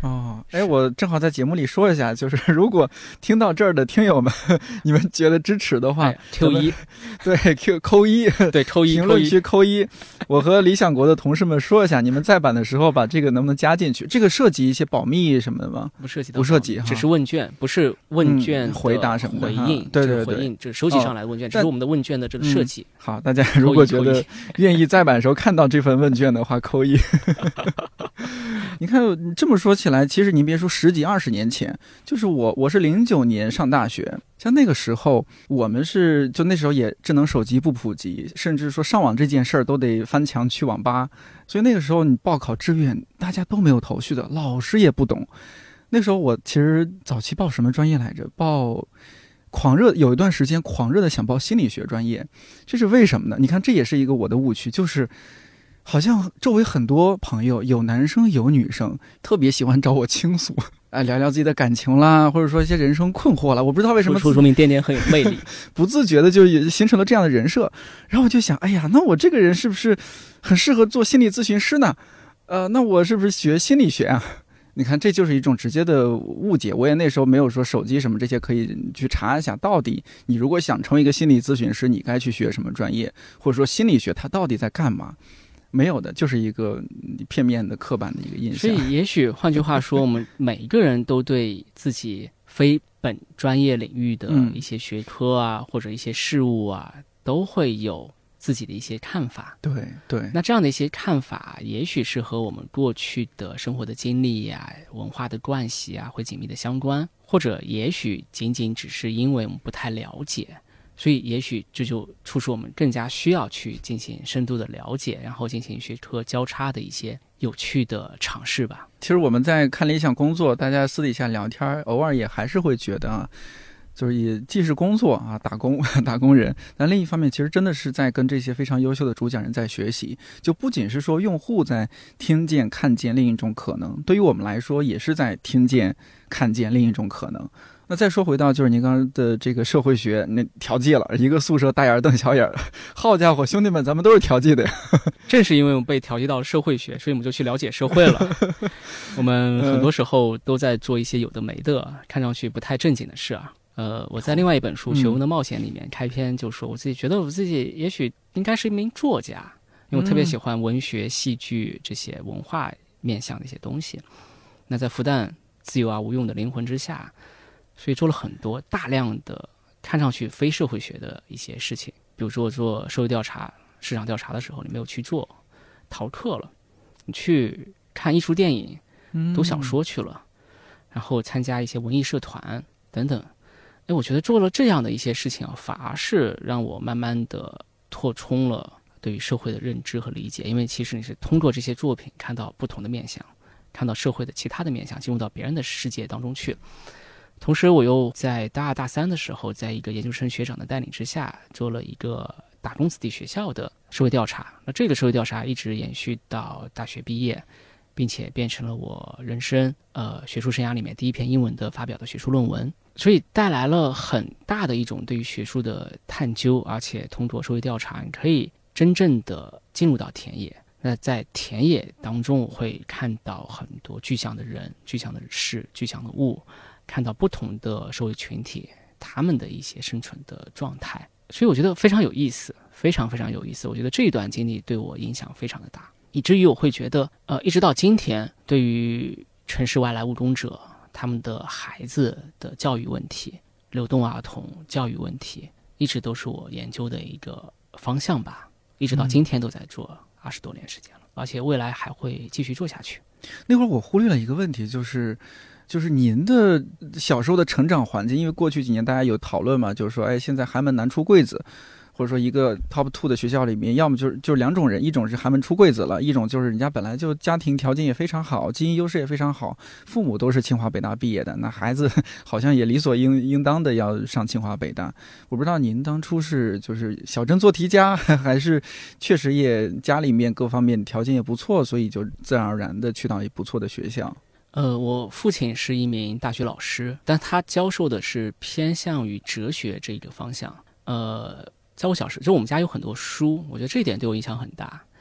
哦，哎，我正好在节目里说一下，就是如果听到这儿的听友们，你们觉得支持的话 ，Q1， 对扣一， 对扣一， 评论区扣一。我和理想国的同事们说一下，你们再版的时候把这个能不能加进去？这个涉及一些保密什么的吗？ 不涉及， 不涉及， 只是问卷，不是问卷回答什么的回应， 对对对，回应，就是收集上来的问卷，只是我们的问卷的这个设计。 好，大家如果觉得愿意再版时候看到这份问卷的话，扣一。你看你这么说起来，其实您别说10几20年前，就是我是09年上大学，像那个时候我们是就那时候也智能手机不普及，甚至说上网这件事儿都得翻墙去网吧，所以那个时候你报考志愿大家都没有头绪的，老师也不懂。那时候我其实早期报什么专业来着？有一段时间狂热的想报心理学专业，这是为什么呢？你看这也是一个我的误区，就是好像周围很多朋友有男生有女生特别喜欢找我倾诉，聊聊自己的感情啦，或者说一些人生困惑啦，我不知道为什么说明颠颠很有魅力， 不自觉的就形成了这样的人设。然后我就想，哎呀，那我这个人是不是很适合做心理咨询师呢？那我是不是学心理学啊？你看，这就是一种直接的误解。我也那时候没有说手机什么这些可以去查一下，到底你如果想成为一个心理咨询师，你该去学什么专业，或者说心理学它到底在干嘛？没有的，就是一个片面的刻板的一个印象。 所以也许换句话说，我们每一个人都对自己非本专业领域的一些学科啊，或者一些事物啊，都会有自己的一些看法。 对对， 那这样的一些看法也许是和我们过去的生活的经历啊、文化的惯习啊会紧密的相关，或者也许仅仅只是因为我们不太了解，所以也许这就促使我们更加需要去进行深度的了解，然后进行学科交叉的一些有趣的尝试吧。 其实我们在看理想工作，大家私底下聊天偶尔也还是会觉得啊，就是也既是工作啊，打工人，但另一方面其实真的是在跟这些非常优秀的主讲人在学习，就不仅是说用户在听见看见另一种可能，对于我们来说也是在听见看见另一种可能。那再说回到就是您刚刚的这个社会学，那调剂了一个宿舍大眼瞪小眼，好家伙，兄弟们，咱们都是调剂的呀。 正是因为我们被调剂到了社会学，所以我们就去了解社会了。我们很多时候都在做一些有的没的，看上去不太正经的事啊。我在另外一本书《学问的冒险》里面开篇就说，我自己觉得我自己也许应该是一名作家，因为我特别喜欢文学、戏剧这些文化面向的一些东西。那在复旦自由而无用的灵魂之下，所以做了很多大量的看上去非社会学的一些事情，比如说我做社会调查、市场调查的时候，你没有去做，逃课了，你去看艺术电影、读小说去了，然后参加一些文艺社团等等。我觉得做了这样的一些事情啊，反而是让我慢慢的拓充了对于社会的认知和理解，因为其实你是通过这些作品看到不同的面向，看到社会的其他的面向，进入到别人的世界当中去。同时我又在大2、大3的时候，在一个研究生学长的带领之下，做了一个打工子弟学校的社会调查。那这个社会调查一直延续到大学毕业，并且变成了我人生学术生涯里面第一篇英文的发表的学术论文，所以带来了很大的一种对于学术的探究，而且通过社会调查，你可以真正的进入到田野。那在田野当中，我会看到很多具象的人、具象的事、具象的物，看到不同的社会群体他们的一些生存的状态，所以我觉得非常有意思，非常非常有意思。我觉得这一段经历对我影响非常的大，以至于我会觉得一直到今天，对于城市外来务工者他们的孩子的教育问题、流动儿童教育问题，一直都是我研究的一个方向吧，一直到今天都在做20多年时间了，而且未来还会继续做下去。 那会儿我忽略了一个问题，就是您的小时候的成长环境，因为过去几年大家有讨论嘛，就是说，现在寒门难出贵子，或者说一个 top 2的学校里面，要么就是2种人，一种是寒门出贵子了，一种就是人家本来就家庭条件也非常好，基因优势也非常好，父母都是清华北大毕业的，那孩子好像也理所应当的要上清华北大。我不知道您当初是就是小镇做题家，还是确实也家里面各方面条件也不错，所以就自然而然的去到一不错的学校。 我父亲是一名大学老师，但他教授的是偏向于哲学这个方向。在我小时候，就我们家有很多书，我觉得这一点对我影响很大。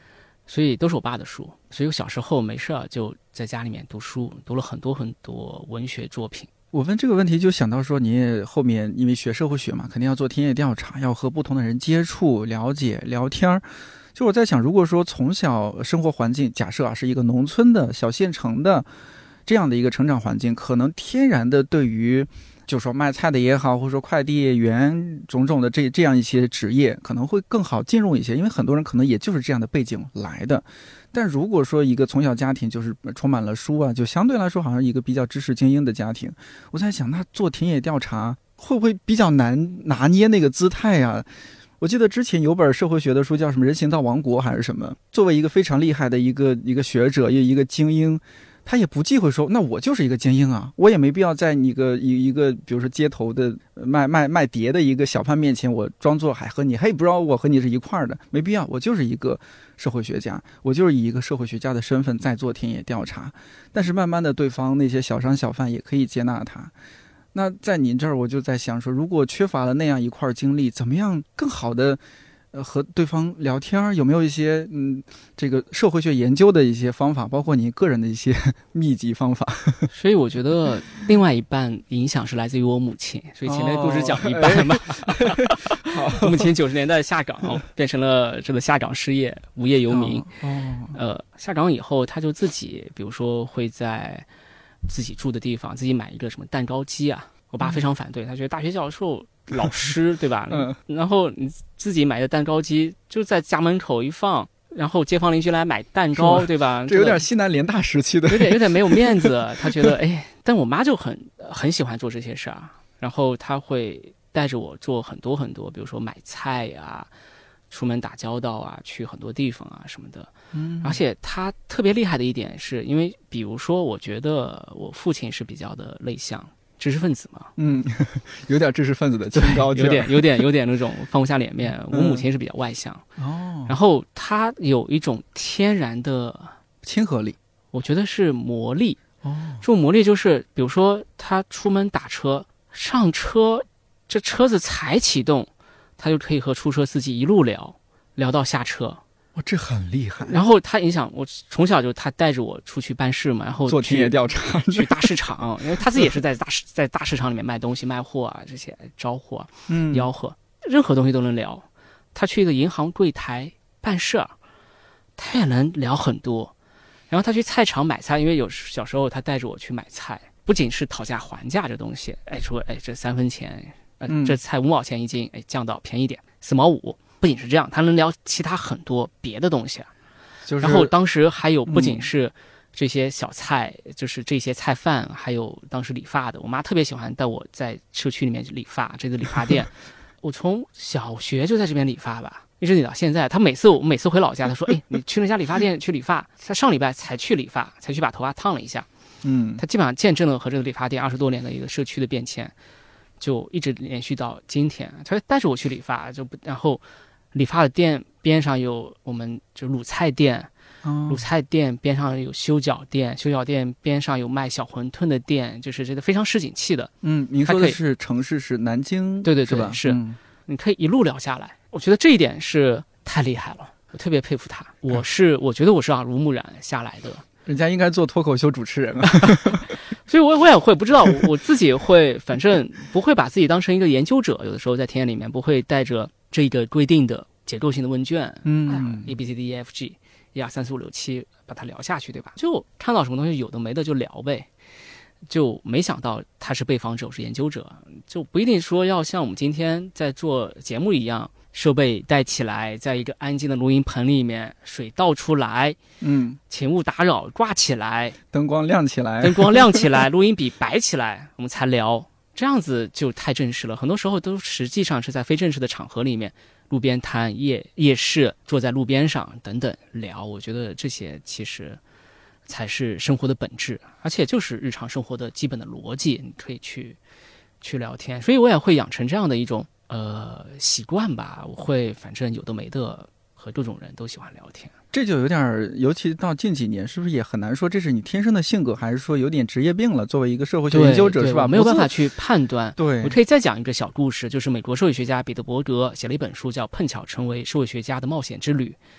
所以都是我爸的书。所以我小时候没事就在家里面读书，读了很多很多文学作品。 我问这个问题就想到说，你也后面因为学社会学嘛，肯定要做田野调查，要和不同的人接触、了解、聊天。就我在想，如果说从小生活环境假设是一个农村的小县城的这样的一个成长环境，可能天然的对于就说卖菜的也好，或者说快递员种种的这样一些职业可能会更好进入一些，因为很多人可能也就是这样的背景来的。但如果说一个从小家庭就是充满了书啊，就相对来说好像一个比较知识精英的家庭，我在想那做田野调查会不会比较难拿捏那个姿态啊？我记得之前有本社会学的书叫什么人行道王国还是什么，作为一个非常厉害的一个学者，一个精英，他也不忌讳说，那我就是一个精英啊，我也没必要在一个比如说街头的卖碟的一个小贩面前，我装作还和你不知道我和你是一块儿的，没必要，我就是一个社会学家，我就是以一个社会学家的身份在做田野调查。但是慢慢的，对方那些小商小贩也可以接纳他。那在您这儿，我就在想说，如果缺乏了那样一块经历，怎么样更好的和对方聊天，有没有一些这个社会学研究的一些方法，包括你个人的一些秘籍方法？ 所以我觉得另外一半影响是来自于我母亲，所以前面故事讲一半吧。我母亲90年代下岗，变成了这个下岗失业，无业游民。下岗以后，他就自己，比如说会在自己住的地方自己买一个什么蛋糕机啊，我爸非常反对，他觉得大学教授老师对吧？然后你自己买的蛋糕机就在家门口一放，然后街坊邻居来买蛋糕，对吧？ 这有点西南联大时期的， 有点没有面子。他觉得但我妈就很喜欢做这些事儿，然后她会带着我做很多很多，比如说买菜啊，出门打交道啊，去很多地方啊什么的。而且他特别厉害的一点是，因为比如说我觉得我父亲是比较的内向知识分子嘛， 有点知识分子的清高劲儿， 有点那种放不下脸面。我母亲是比较外向，然后他有一种天然的亲和力， 我觉得是魔力。这种魔力就是，比如说他出门打车，上车这车子才启动，他就可以和出租车司机一路聊到下车。 这很厉害。 然后他影响我，从小就他带着我出去办事嘛，然后做田野调查， 去大市场，因为他自己也是在大市场里面卖东西卖货啊，这些招呼吆喝，任何东西都能聊。他去一个银行柜台办事，他也能聊很多。然后他去菜场买菜，因为小时候他带着我去买菜，不仅是讨价还价这东西，说这3分钱，这菜5毛钱一斤，降到便宜点4毛5。不仅是这样，他能聊其他很多别的东西，然后当时还有不仅是这些小菜，就是这些菜贩，还有当时理发的。我妈特别喜欢带我在社区里面理发，这个理发店，我从小学就在这边理发吧，一直理到现在。我每次回老家，他说：“你去那家理发店去理发。”他上礼拜才去理发，才去把头发烫了一下。他基本上见证了和这个理发店20多年的一个社区的变迁，就一直连续到今天。他带着我去理发，然后。理发的店边上有我们就卤菜店，卤菜店边上有修脚店，修脚店边上有卖小馄饨的店，就是这个非常市井气的。您说的是城市是南京， 对， 是吧？ 是，你可以一路聊下来。我觉得这一点是太厉害了，我特别佩服他。我觉得我是耳濡目染下来的。 人家应该做脱口秀主持人了。 所以我也会不知道，我自己会，反正不会把自己当成一个研究者。有的时候在田野里面不会带着这个规定的结构性的问卷，A B C D E F G 1 2 3 4 5 6 7，把它聊下去，对吧？就看到什么东西有的没的就聊呗。就没想到他是被访者，我是研究者，就不一定说要像我们今天在做节目一样，设备带起来，在一个安静的录音棚里面，水倒出来，请勿打扰，挂起来， 灯光亮起来， 录音笔摆起来，我们才聊。这样子就太正式了，很多时候都实际上是在非正式的场合里面，路边摊、夜市，坐在路边上等等聊。我觉得这些其实才是生活的本质，而且就是日常生活的基本的逻辑，你可以去聊天。所以我也会养成这样的一种习惯吧，我会反正有的没的和各种人都喜欢聊天。 这就有点，尤其到近几年，是不是也很难说这是你天生的性格，还是说有点职业病了？作为一个社会学研究者，是吧？ 没有办法去判断。 对， 我可以再讲一个小故事，就是美国社会学家彼得伯格写了一本书，叫《碰巧成为社会学家的冒险之旅》。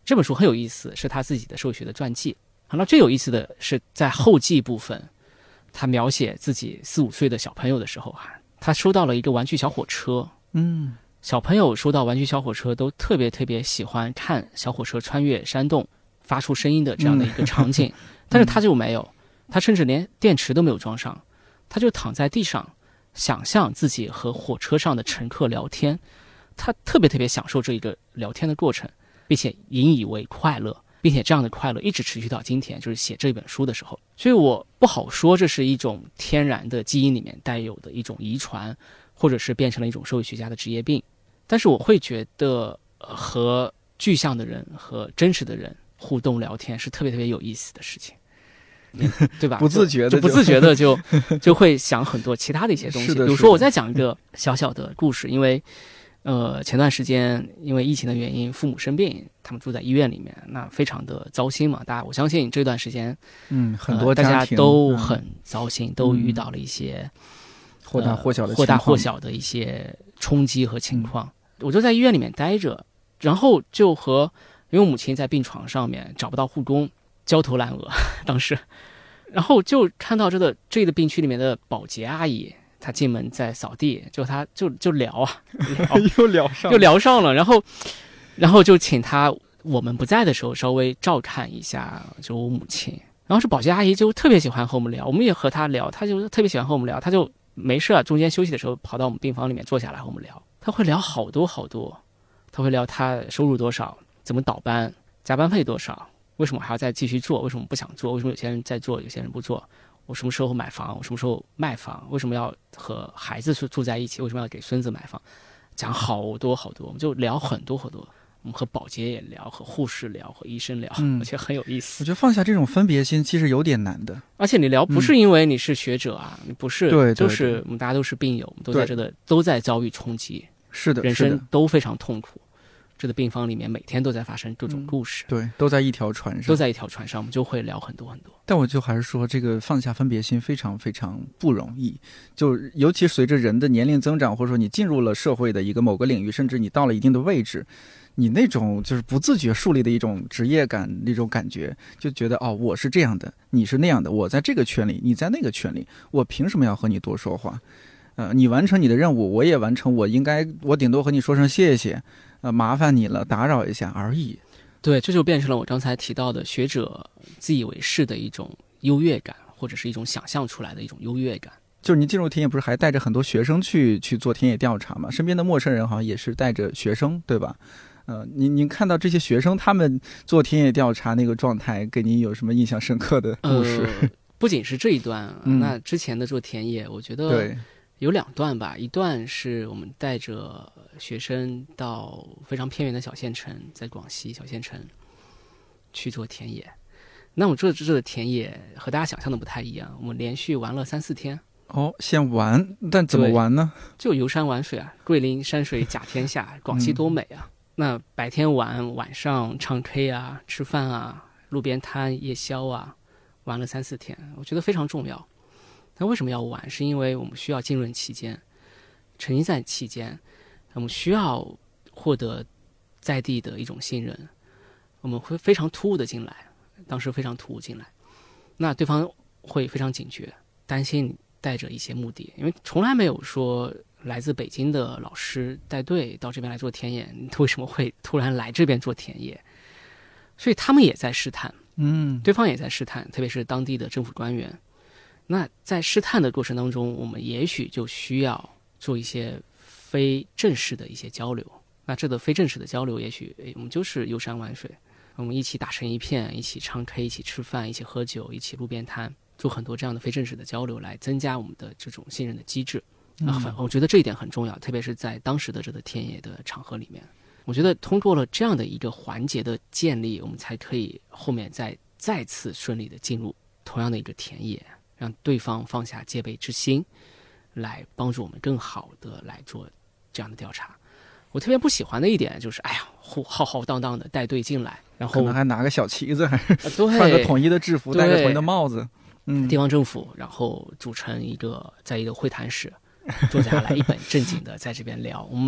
这本书很有意思，是他自己的兽学的传记。那最有意思的是在后记部分，他描写自己4、5岁的小朋友的时候他收到了一个玩具小火车。小朋友收到玩具小火车都特别特别喜欢看小火车穿越山洞发出声音的这样的一个场景，但是他就没有，他甚至连电池都没有装上，他就躺在地上想象自己和火车上的乘客聊天，他特别特别享受这一个聊天的过程，并且引以为快乐，并且这样的快乐一直持续到今天，就是写这本书的时候。所以我不好说这是一种天然的基因里面带有的一种遗传，或者是变成了一种社会学家的职业病，但是我会觉得和具象的人和真实的人互动聊天是特别特别有意思的事情，对吧？ 不自觉的不自觉的就会想很多其他的一些东西。比如说我再讲一个小小的故事，因为前段时间因为疫情的原因，父母生病，他们住在医院里面，那非常的糟心嘛。我相信这段时间很多大家都很糟心，都遇到了一些或大或小的一些冲击和情况。我就在医院里面待着，然后就因为我母亲在病床上面找不到护工，焦头烂额当时，然后就看到这个病区里面的保洁阿姨，她进门在扫地，就聊又聊上了，然后就请她我们不在的时候稍微照看一下就我母亲，然后这保洁阿姨就特别喜欢和我们聊，我们也和她聊，她就特别喜欢和我们聊，她就没事中间休息的时候跑到我们病房里面坐下来和我们聊，她会聊好多好多，她会聊她收入多少，怎么倒班，加班费多少，为什么还要再继续做，为什么不想做，为什么有些人在做有些人不做，我什么时候买房，我什么时候卖房，为什么要和孩子住在一起，为什么要给孙子买房，讲好多好多，我们就聊很多很多，我们和保洁也聊，和护士聊，和医生聊，而且很有意思。 我觉得放下这种分别心其实有点难的， 而且你聊不是因为你是学者你不是， 对， 就是我们大家都是病友，我们都在这个都在遭遇冲击， 是的， 人生都非常痛苦。这个病房里面每天都在发生各种故事， 对，都在一条船上， 我们就会聊很多很多。 但我就还是说，这个放下分别心非常非常不容易，就尤其随着人的年龄增长，或者说你进入了社会的一个某个领域，甚至你到了一定的位置，你那种就是不自觉树立的一种职业感，那种感觉，就觉得我是这样的，你是那样的，我在这个圈里，你在那个圈里，我凭什么要和你多说话？你完成你的任务，我也完成，我顶多和你说声谢谢，麻烦你了，打扰一下而已。 对，这就变成了我刚才提到的学者自以为是的一种优越感，或者是一种想象出来的一种优越感。 就是你进入田野不是还带着很多学生去做田野调查吗？身边的陌生人好像也是带着学生，对吧？您看到这些学生他们做田野调查那个状态，给您有什么印象深刻的故事？ 不仅是这一段，那之前的做田野，我觉得对。 有2段吧，一段是我们带着学生到非常偏远的小县城，在广西小县城去做田野。那我这个田野和大家想象的不太一样，我们连续玩了3、4天。 先玩，但怎么玩呢？ 就游山玩水桂林山水甲天下，广西多美那白天玩，晚上唱 K 吃饭路边摊夜宵玩了3、4天，我觉得非常重要。那为什么要玩？是因为我们需要浸润期间，沉浸在期间，我们需要获得在地的一种信任。我们会非常突兀的进来，当时非常突兀进来，那对方会非常警觉，担心你带着一些目的，因为从来没有说来自北京的老师带队到这边来做田野，你为什么会突然来这边做田野？所以他们也在试探，对方也在试探，特别是当地的政府官员。那在试探的过程当中，我们也许就需要做一些非正式的一些交流。那这个非正式的交流，也许我们就是游山玩水，我们一起打成一片，一起唱 K， 一起吃饭，一起喝酒，一起路边摊，做很多这样的非正式的交流，来增加我们的这种信任的机制。我觉得这一点很重要，特别是在当时的这个田野的场合里面。我觉得通过了这样的一个环节的建立，我们才可以后面再次顺利的进入同样的一个田野，让对方放下戒备之心，来帮助我们更好的来做这样的调查。我特别不喜欢的一点就是，浩浩荡荡的带队进来，然后可能还拿个小旗子，还是穿个统一的制服，戴个统一的帽子。 地方政府，然后组成在一个会谈室，坐下来一本正经的在这边聊。我们没有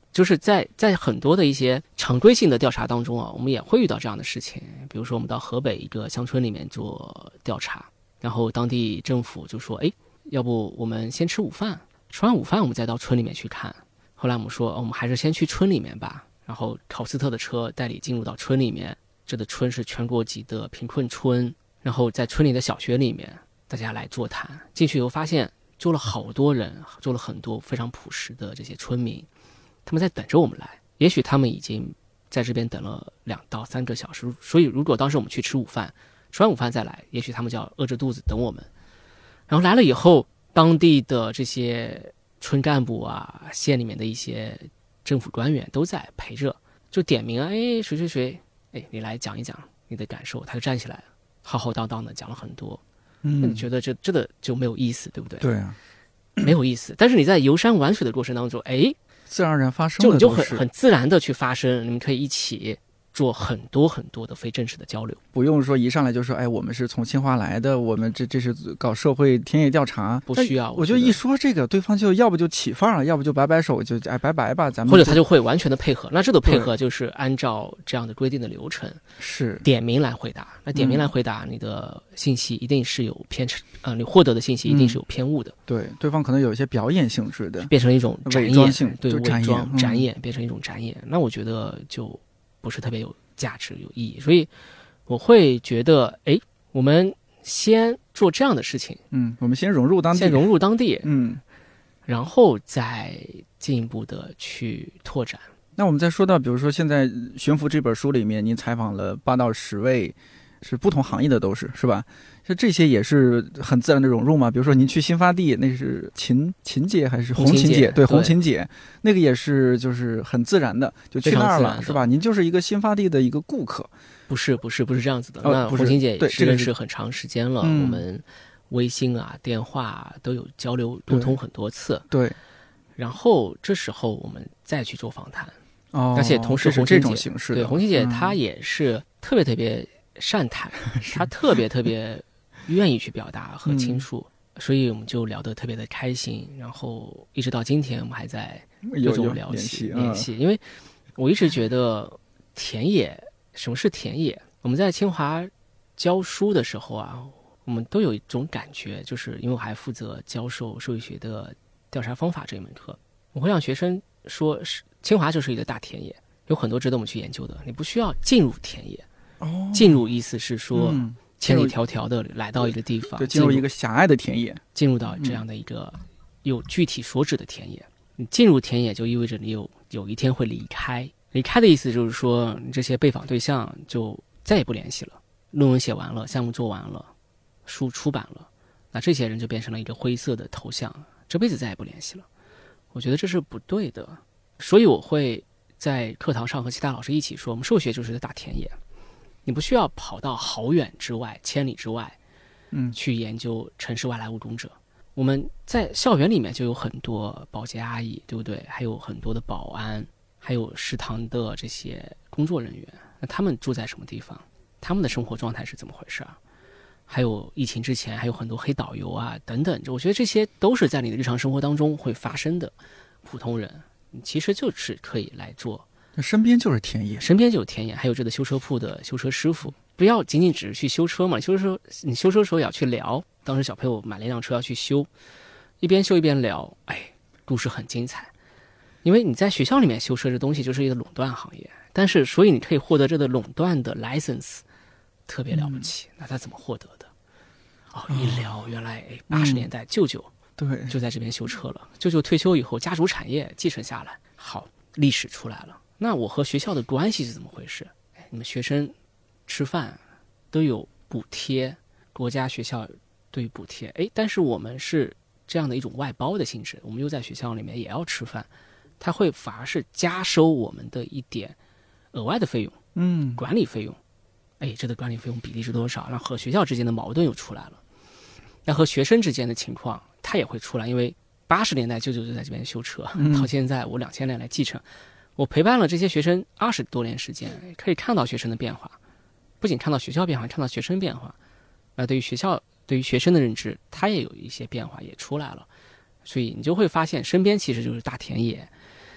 就是在很多的一些常规性的调查当中啊，我们也会遇到这样的事情。比如说我们到河北一个乡村里面做调查，然后当地政府就说，哎，要不我们先吃午饭，吃完午饭我们再到村里面去看。后来我们说，我们还是先去村里面吧。然后考斯特的车带你进入到村里面，这个村是全国级的贫困村，然后在村里的小学里面，大家来座谈。进去以后发现，坐了好多人，坐了很多非常朴实的这些村民，他们在等着我们来。也许他们已经在这边等了2到3个小时，所以如果当时我们去吃午饭，吃完午饭再来，也许他们就要饿着肚子等我们。然后来了以后，当地的这些村干部啊，县里面的一些政府官员都在陪着，就点名啊，哎，谁谁谁，哎，你来讲一讲你的感受。他就站起来，浩浩荡荡的讲了很多。那你觉得这真的就没有意思，对不对？ 对啊， 没有意思。但是你在游山玩水的过程当中，哎， 自然而然发生的就很自然的去发生，你们可以一起做很多很多的非正式的交流， 不用说一上来就说，哎，我们是从清华来的，我们这是搞社会田野调查， 不需要。 我就一说这个，对方就要不就起范了，要不就摆摆手，就哎拜拜吧，咱们或者他就会完全的配合。那这个配合就是按照这样的规定的流程， 是点名来回答。那点名来回答，你的信息一定是有偏差，你获得的信息一定是有偏误的。 对方可能有一些表演性质的， 变成一种伪装性， 对，伪装展演变成一种展演。那我觉得就不是特别有价值有意义，所以我会觉得，哎，我们先做这样的事情， 我们先融入当地， 然后再进一步的去拓展。 那我们再说到，比如说现在《悬浮》这本书里面，您采访了8到10位，是不同行业的，是吧？就这些也是很自然的融入嘛。比如说您去新发地，那是秦姐还是红琴姐？对，红琴姐那个也是就是很自然的就去那儿了，是吧？您就是一个新发地的一个顾客。 不是这样子的。那红琴姐也是认识很长时间了，我们微信啊、电话啊都有交流沟通很多次。 对。 然后这时候我们再去做访谈。 而且同时红琴姐形式对红琴姐她也是特别善谈，她特别愿意去表达和倾诉，所以我们就聊得特别的开心。然后一直到今天，我们还在各种联系。因为我一直觉得田野，什么是田野？我们在清华教书的时候啊，我们都有一种感觉，就是因为我还负责教授社会学的调查方法这一门课，我会让学生说，清华就是一个大田野，有很多值得我们去研究的。你不需要进入田野，进入意思是说千里迢迢的来到一个地方， 对，进入一个狭隘的田野， 进入到这样的一个有具体所指的田野。你进入田野就意味着你有一天会离开。离开的意思就是说，你这些被访对象就再也不联系了，论文写完了，项目做完了，书出版了，那这些人就变成了一个灰色的头像，这辈子再也不联系了。我觉得这是不对的，所以我会在课堂上和其他老师一起说，我们数学就是个大田野，你不需要跑到好远之外、千里之外，去研究城市外来务工者。我们在校园里面就有很多保洁阿姨，对不对？还有很多的保安，还有食堂的这些工作人员。那他们住在什么地方？他们的生活状态是怎么回事？还有疫情之前还有很多黑导游啊等等，我觉得这些都是在你的日常生活当中会发生的。普通人其实就是可以来做， 身边就是田野， 身边就有田野。还有这个修车铺的修车师傅，不要仅仅只是去修车嘛，你修车的时候也要去聊。当时小朋友买了一辆车要去修，一边修一边聊，哎，故事很精彩。因为你在学校里面修车这东西就是一个垄断行业，但是所以你可以获得这个垄断的 license， 特别了不起。那他怎么获得的？一聊原来80年代舅舅对就在这边修车了，舅舅退休以后家族产业继承下来，好，历史出来了。那我和学校的关系是怎么回事？你们学生吃饭都有补贴，国家学校对补贴，但是我们是这样的一种外包的性质，我们又在学校里面也要吃饭，他会反而是加收我们的一点额外的费用，管理费用。这个管理费用比例是多少？那和学校之间的矛盾又出来了。那和学生之间的情况，它也会出来，因为80年代舅舅就在这边修车，到现在我2000年来继承，我陪伴了这些学生20多年时间，可以看到学生的变化，不仅看到学校变化，看到学生变化。那对于学校、对于学生的认知，它也有一些变化也出来了。所以你就会发现，身边其实就是大田野。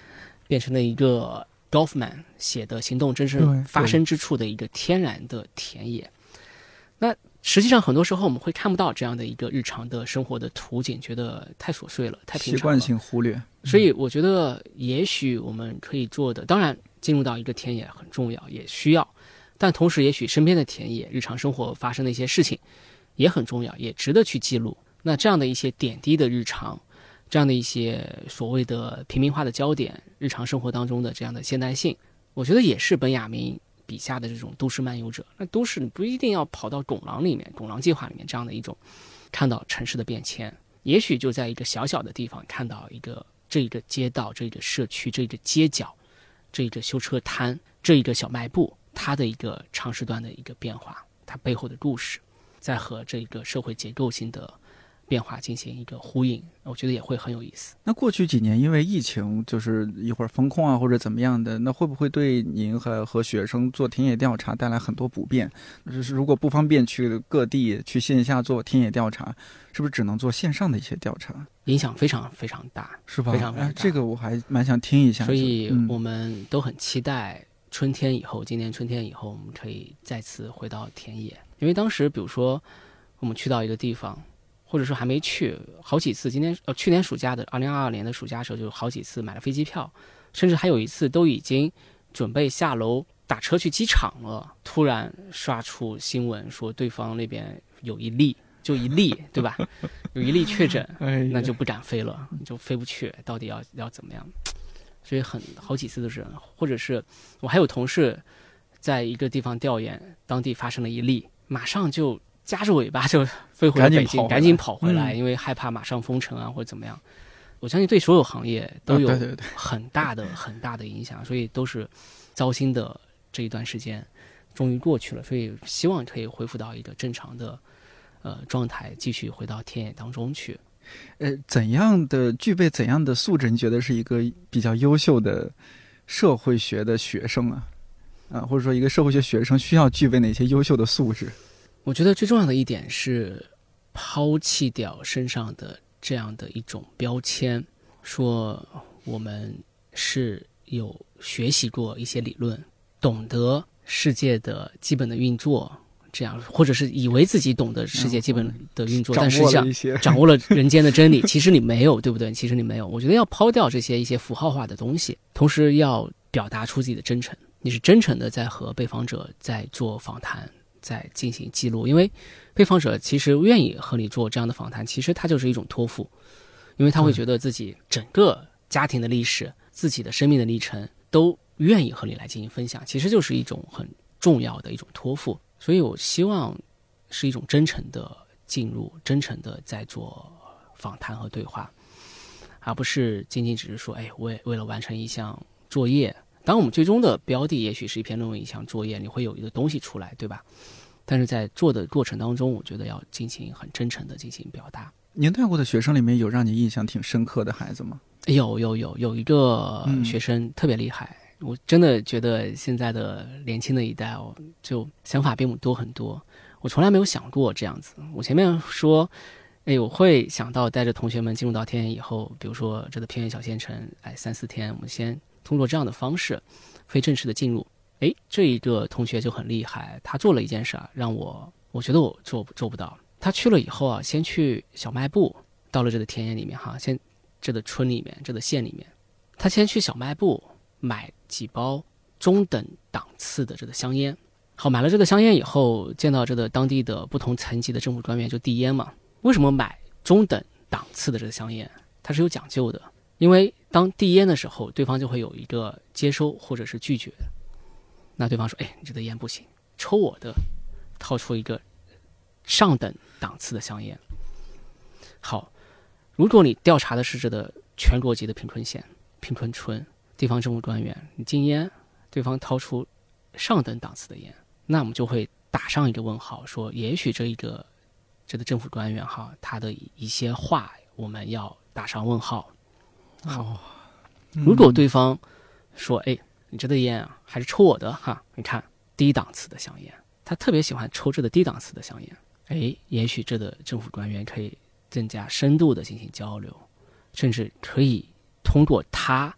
变成了一个 Golfman 写的行动真正发生之处的一个天然的田野。那实际上很多时候我们会看不到这样的一个日常的生活的图景，觉得太琐碎了，太平常了，习惯性忽略。 所以我觉得也许我们可以做的，当然进入到一个田野很重要，也需要，但同时也许身边的田野日常生活发生的一些事情也很重要，也值得去记录。那这样的一些点滴的日常，这样的一些所谓的平民化的焦点，日常生活当中的这样的现代性，我觉得也是本雅明笔下的这种都市漫游者。那都市你不一定要跑到拱廊里面，拱廊计划里面这样的一种看到城市的变迁，也许就在一个小小的地方看到这一个街道，这一个社区，这一个街角，这一个修车摊，这一个小卖部，它的一个长时段的一个变化，它背后的故事，在和这个社会结构性的变化进行一个呼应，我觉得也会很有意思。 那过去几年因为疫情，就是一会儿封控啊或者怎么样的，那会不会对您和学生做田野调查带来很多不便？就是如果不方便去各地去线下做田野调查，是不是只能做线上的一些调查？ 影响非常非常大， 是吧？ 非常非常大。 这个我还蛮想听一下。 所以我们都很期待春天以后，今年春天以后，我们可以再次回到田野。因为当时比如说我们去到一个地方，或者说还没去好几次，去年暑假的2022年的暑假的时候就好几次买了飞机票，甚至还有一次都已经准备下楼打车去机场了，突然刷出新闻说对方那边有一例，就一例对吧，有一例确诊，那就不敢飞了，就飞不去，到底要怎么样？所以好几次都是，或者是我还有同事在一个地方调研，当地发生了一例，马上就夹着尾巴就飞回了北京，赶紧跑回来，因为害怕马上封城啊或者怎么样。我相信对所有行业都有很大的很大的影响，所以都是糟心的这一段时间终于过去了，所以希望可以恢复到一个正常的状态，继续回到田野当中去。 具备怎样的素质，你觉得是一个比较优秀的社会学的学生或者说一个社会学学生需要具备哪些优秀的素质？ 我觉得最重要的一点是抛弃掉身上的这样的一种标签，说我们是有学习过一些理论，懂得世界的基本的运作，这样或者是以为自己懂得世界基本的运作，但实际上掌握了人间的真理，其实你没有，对不对？其实你没有。我觉得要抛掉这些一些符号化的东西，同时要表达出自己的真诚，你是真诚的在和被访者在做访谈，在进行记录。因为被访者其实愿意和你做这样的访谈，其实他就是一种托付，因为他会觉得自己整个家庭的历史，自己的生命的历程都愿意和你来进行分享，其实就是一种很重要的一种托付。所以我希望是一种真诚的进入，真诚的在做访谈和对话，而不是仅仅只是说为了完成一项作业。当我们最终的标的也许是一篇论文，一项作业，你会有一个东西出来，对吧？但是在做的过程当中，我觉得要进行很真诚的进行表达。 您带过的学生里面有让你印象挺深刻的孩子吗？ 有一个学生特别厉害，我真的觉得现在的年轻的一代就想法比我们多很多。我从来没有想过这样子。我前面说我会想到带着同学们进入到田野以后，比如说这个偏远小县城3-4天，我们先通过这样的方式非正式的进入。这一个同学就很厉害，他做了一件事让我觉得我做不到。他去了以后先去小卖部，到了这个田野里面先这个村里面，这个县里面，他先去小卖部买几包中等档次的这个香烟。好，买了这个香烟以后，见到这个当地的不同层级的政府官员就递烟嘛。为什么买中等档次的这个香烟？它是有讲究的，因为当递烟的时候，对方就会有一个接收或者是拒绝。那对方说你这个烟不行，抽我的，掏出一个上等档次的香烟。好，如果你调查的是这个全国级的贫困县、贫困村，地方政府官员，你禁烟，对方掏出上等档次的烟，那我们就会打上一个问号，说也许这个政府官员他的一些话我们要打上问号。好，如果对方说你这个烟还是抽我的你看低档次的香烟，他特别喜欢抽这个低档次的香烟。也许这个政府官员可以更加深度的进行交流，甚至可以通过他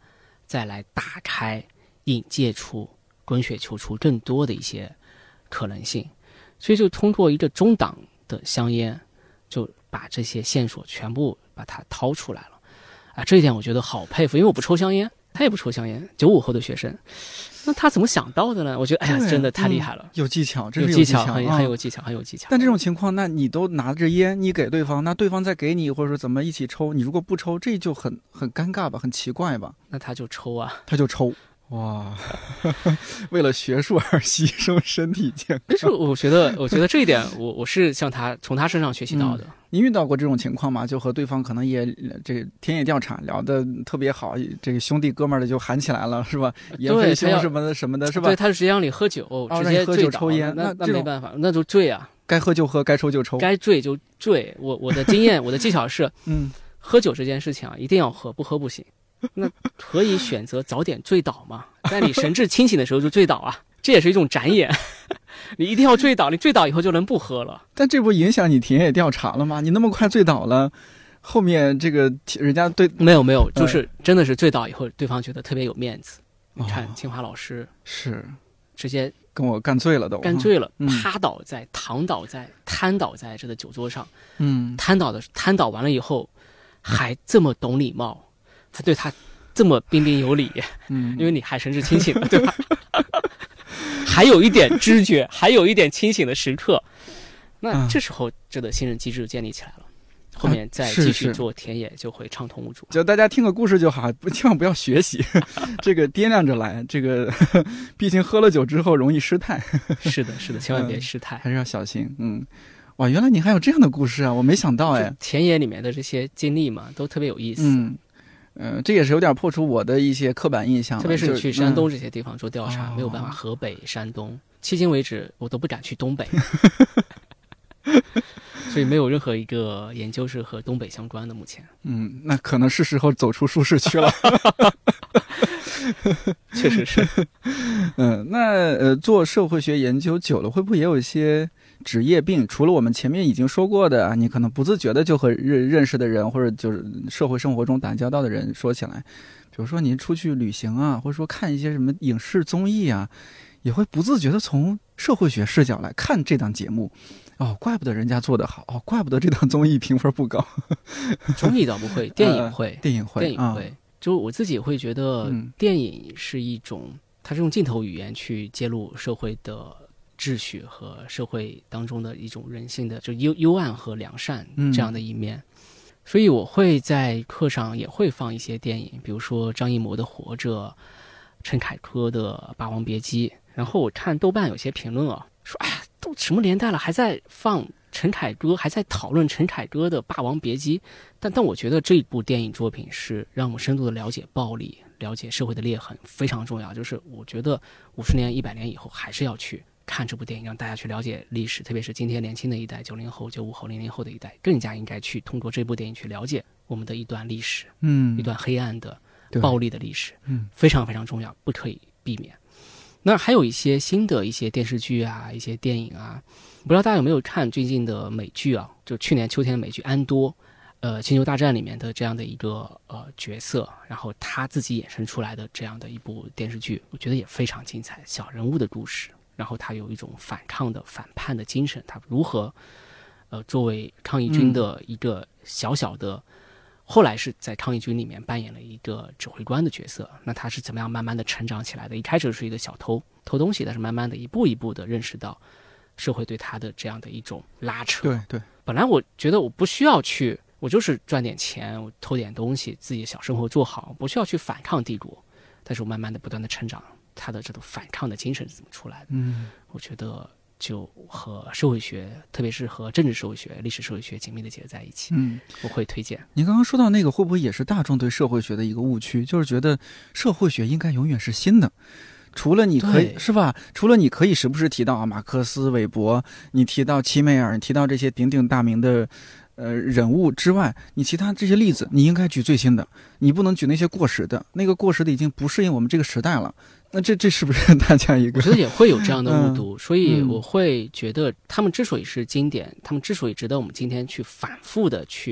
再来打开引介出滚雪球出更多的一些可能性。所以就通过一个中档的香烟，就把这些线索全部把它掏出来了啊！这一点我觉得好佩服，因为我不抽香烟，他也不抽香烟，95后的学生，那他怎么想到的呢？我觉得哎呀，真的太厉害了， 有技巧，真是有技巧， 很有技巧，很有技巧。 但这种情况，那你都拿着烟，你给对方，那对方再给你，或者说怎么一起抽？你如果不抽，这就很尴尬吧，很奇怪吧？ 那他就抽啊， 他就抽。哇，为了学术而牺牲身体健康。 但是我觉得这一点，我是向从他身上学习到的。 您遇到过这种情况吗？就和对方可能也这个田野调查聊得特别好，这个兄弟哥们儿的就喊起来了，是吧？盐飞兄什么的什么的，是吧？ 对，他是直接让你喝酒，直接喝酒抽烟， 那没办法，那就醉啊。 该喝就喝，该抽就抽， 该醉就醉。我的经验，我的技巧是，喝酒这件事情啊，一定要喝，不喝不行。那可以选择早点醉倒嘛，在你神志清醒的时候就醉倒啊，这也是一种展演。你一定要醉倒，你醉倒以后就能不喝了。 但这不影响你田野调查了吗？你那么快醉倒了，后面这个人家对没有，就是真的是醉倒以后，对方觉得特别有面子。你看清华老师是直接跟我干醉了都， 干醉了，躺倒在瘫倒在这个酒桌上，瘫倒完了以后，还这么懂礼貌。他对他这么彬彬有礼，因为你还神志清醒的，对吧？还有一点知觉，还有一点清醒的时刻，那这时候这个信任机制建立起来了，后面再继续做田野就会畅通无阻。 就大家听个故事就好，千万不要学习，这个掂量着来。这个毕竟喝了酒之后容易失态。 是的，千万别失态， 还是要小心。哇，原来你还有这样的故事啊，我没想到哎。 田野里面的这些经历嘛，都特别有意思。 这也是有点破除我的一些刻板印象， 特别是你去山东这些地方做调查，没有办法，河北、山东，迄今为止我都不敢去东北，所以没有任何一个研究是和东北相关的。目前， 那可能是时候走出舒适区了。 确实是。 那做社会学研究久了，会不会也有一些职业病？除了我们前面已经说过的，你可能不自觉的就和认识的人或者就是社会生活中打交道的人说起来，比如说您出去旅行啊，或者说看一些什么影视综艺啊，也会不自觉的从社会学视角来看这档节目。怪不得人家做得好，怪不得这档综艺评分不高。 综艺倒不会，电影会， 电影会。 就我自己会觉得，电影是一种，它是用镜头语言去揭露社会的秩序和社会当中的一种人性的就幽暗和良善这样的一面。所以我会在课上也会放一些电影，比如说张艺谋的《活着》，陈凯歌的《霸王别姬》。然后我看豆瓣有些评论说哎呀，都什么年代了还在放陈凯歌，还在讨论陈凯歌的《霸王别姬》。但我觉得这部电影作品是让我们深度的了解暴力，了解社会的裂痕，非常重要。就是我觉得50年、100年以后还是要去看这部电影，让大家去了解历史，特别是今天年轻的一代，90后、95后、00后的一代，更加应该去通过这部电影去了解我们的一段历史，一段黑暗的、暴力的历史，非常非常重要，不可以避免。那还有一些新的一些电视剧啊，一些电影啊，不知道大家有没有看最近的美剧啊？就去年秋天的美剧《安多》，星球大战里面的这样的一个角色，然后他自己衍生出来的这样的一部电视剧，我觉得也非常精彩，小人物的故事，然后他有一种反抗的反叛的精神，他如何作为抗议军的一个小小的。后来是在抗议军里面扮演了一个指挥官的角色，那他是怎么样慢慢的成长起来的？一开始是一个小偷，偷东西，但是慢慢的一步一步的认识到社会对他的这样的一种拉扯。对，本来我觉得我不需要去，我就是赚点钱，我偷点东西，自己小生活做好，不需要去反抗帝国。但是我慢慢的不断的成长，他的这种反抗的精神是怎么出来的？我觉得就和社会学，特别是和政治社会学、历史社会学紧密的结合在一起。我会推荐。 您刚刚说到那个，会不会也是大众对社会学的一个误区？就是觉得社会学应该永远是新的，除了你可以是吧？除了你可以时不时提到马克思、韦伯，你提到齐美尔，你提到这些鼎鼎大名的人物之外，你其他这些例子，你应该举最新的，你不能举那些过时的，那个过时的已经不适应我们这个时代了。那这是不是大家一个？ 我觉得也会有这样的误读，所以我会觉得他们之所以是经典，他们之所以值得我们今天去反复的去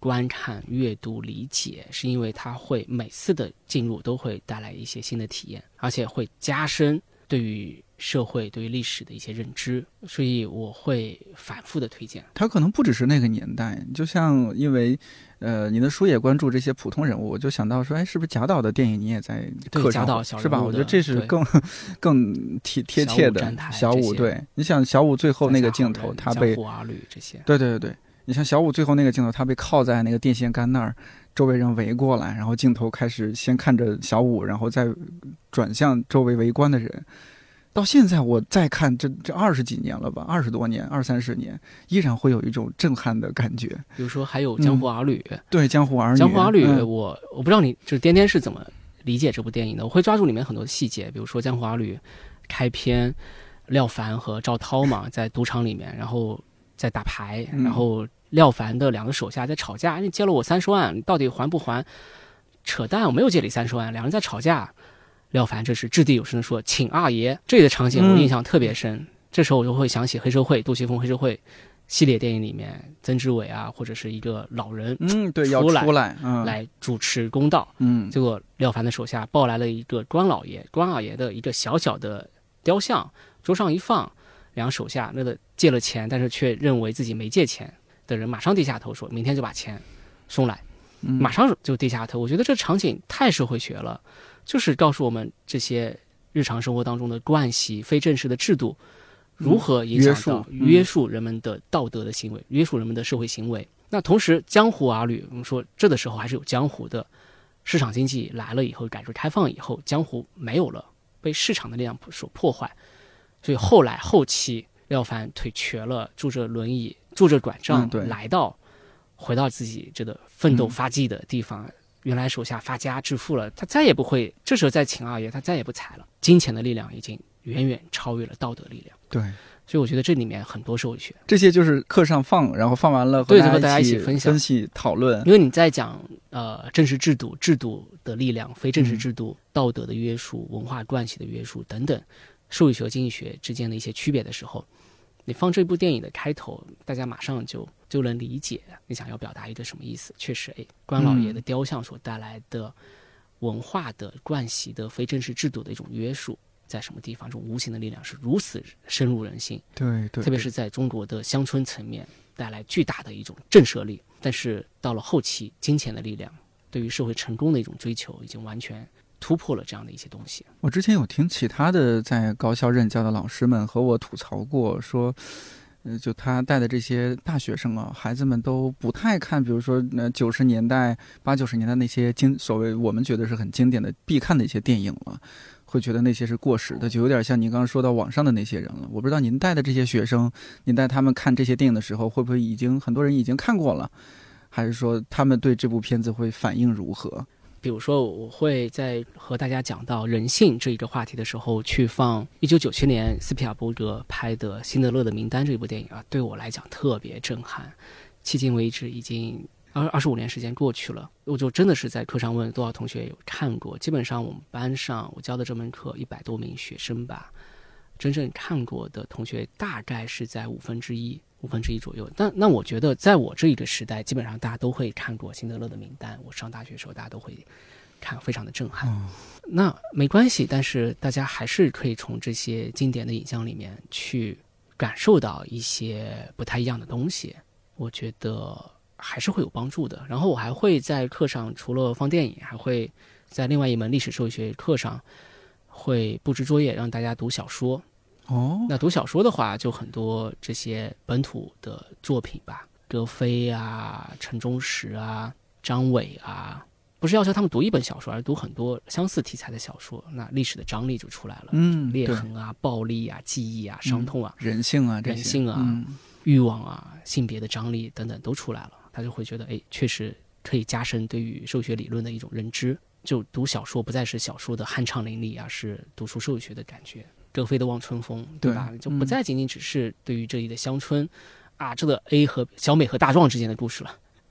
观看、阅读、理解，是因为它会每次的进入都会带来一些新的体验，而且会加深对于社会、对于历史的一些认知，所以我会反复的推荐。 它可能不只是那个年代，就像因为你的书也关注这些普通人物，我就想到说，哎，是不是贾导的电影你也在课上，是吧？我觉得这是更贴切的。小五，对，你想小五最后那个镜头，他被江湖儿女这些， 对，你像小五最后那个镜头，他被铐在那个电线杆那儿，周围人围过来，然后镜头开始先看着小五，然后再转向周围围观的人。到现在我再看这20几年了吧，20多年，20-30年，依然会有一种震撼的感觉。 比如说还有江湖儿女， 对，江湖儿女， 我不知道你就是颠颠是怎么理解这部电影的。我会抓住里面很多细节，比如说江湖儿女开篇，廖凡和赵涛嘛在赌场里面，然后在打牌，然后廖凡的2个手下在吵架，你借了我30万，你到底还不还？扯淡，我没有借你30万，2人在吵架。廖凡这是掷地有声的说请二爷，这里的场景我印象特别深，这时候我就会想起黑社会，杜琪峰黑社会系列电影里面曾志伟啊，或者是一个老人对，要出来来主持公道，结果廖凡的手下抱来了一个关老爷的一个小小的雕像，桌上一放，2手下那个借了钱但是却认为自己没借钱的人马上低下头说明天就把钱送来，马上就低下头。我觉得这场景太社会学了，就是告诉我们这些日常生活当中的惯习、非正式的制度如何影响到约束人们的道德的行为，约束人们的社会行为。那同时江湖儿女，我们说这个时候还是有江湖的，市场经济来了以后，改革开放以后，江湖没有了，被市场的力量所破坏，所以后期廖凡腿瘸了，拄着轮椅拄着拐杖回到自己这个奋斗发迹的地方，原来手下发家致富了，他再也不会，这时候再请二爷他再也不踩了，金钱的力量已经远远超越了道德力量。 对， 所以我觉得这里面很多社会学， 这些就是课上放，然后放完了和大家一起分析讨论。 因为你在讲正式制度的力量，非正式制度道德的约束、文化惯习的约束等等社会学经济学之间的一些区别的时候，你放这部电影的开头，大家马上就能理解你想要表达一个什么意思。确实关老爷的雕像所带来的文化的惯习的非正式制度的一种约束在什么地方，这种无形的力量是如此深入人心。 对， 特别是在中国的乡村层面带来巨大的一种震慑力。但是到了后期，金钱的力量对于社会成功的一种追求已经完全突破了这样的一些东西。 我之前有听其他的在高校任教的老师们和我吐槽过，说就他带的这些大学生啊，孩子们都不太看，比如说90年代、80-90年代那些所谓我们觉得是很经典的必看的一些电影了，会觉得那些是过时的，就有点像您刚刚说到网上的那些人了。我不知道您带的这些学生，您带他们看这些电影的时候，会不会很多人已经看过了，还是说他们对这部片子会反应如何？ 比如说我会在和大家讲到人性这一个话题的时候，去放1997年斯皮尔伯格拍的《辛德勒的名单》这部电影啊，对我来讲特别震撼。迄今为止已经25年时间过去了，我就真的是在课上问多少同学有看过，基本上我们班上我教的这门课100多名学生吧，真正看过的同学大概是在1/5左右。那我觉得在我这一个时代，基本上大家都会看过辛德勒的名单，我上大学的时候大家都会看，非常的震撼。那没关系，但是大家还是可以从这些经典的影像里面去感受到一些不太一样的东西，我觉得还是会有帮助的。然后我还会在课上除了放电影，还会在另外一门历史社会学课上会布置作业让大家读小说。那读小说的话就很多这些本土的作品吧，格非啊、陈忠实啊、张伟啊，不是要求他们读一本小说，而读很多相似题材的小说，那历史的张力就出来了。裂痕啊、暴力啊、记忆啊、伤痛啊、 人性啊、 欲望啊、性别的张力等等都出来了，他就会觉得确实可以加深对于社会学理论的一种认知，就读小说不再是小说的酣畅淋漓，而是读出社会学的感觉。格非的望春风，对吧？就不再仅仅只是对于这里的乡村啊，这个 A 和小美和大壮之间的故事了，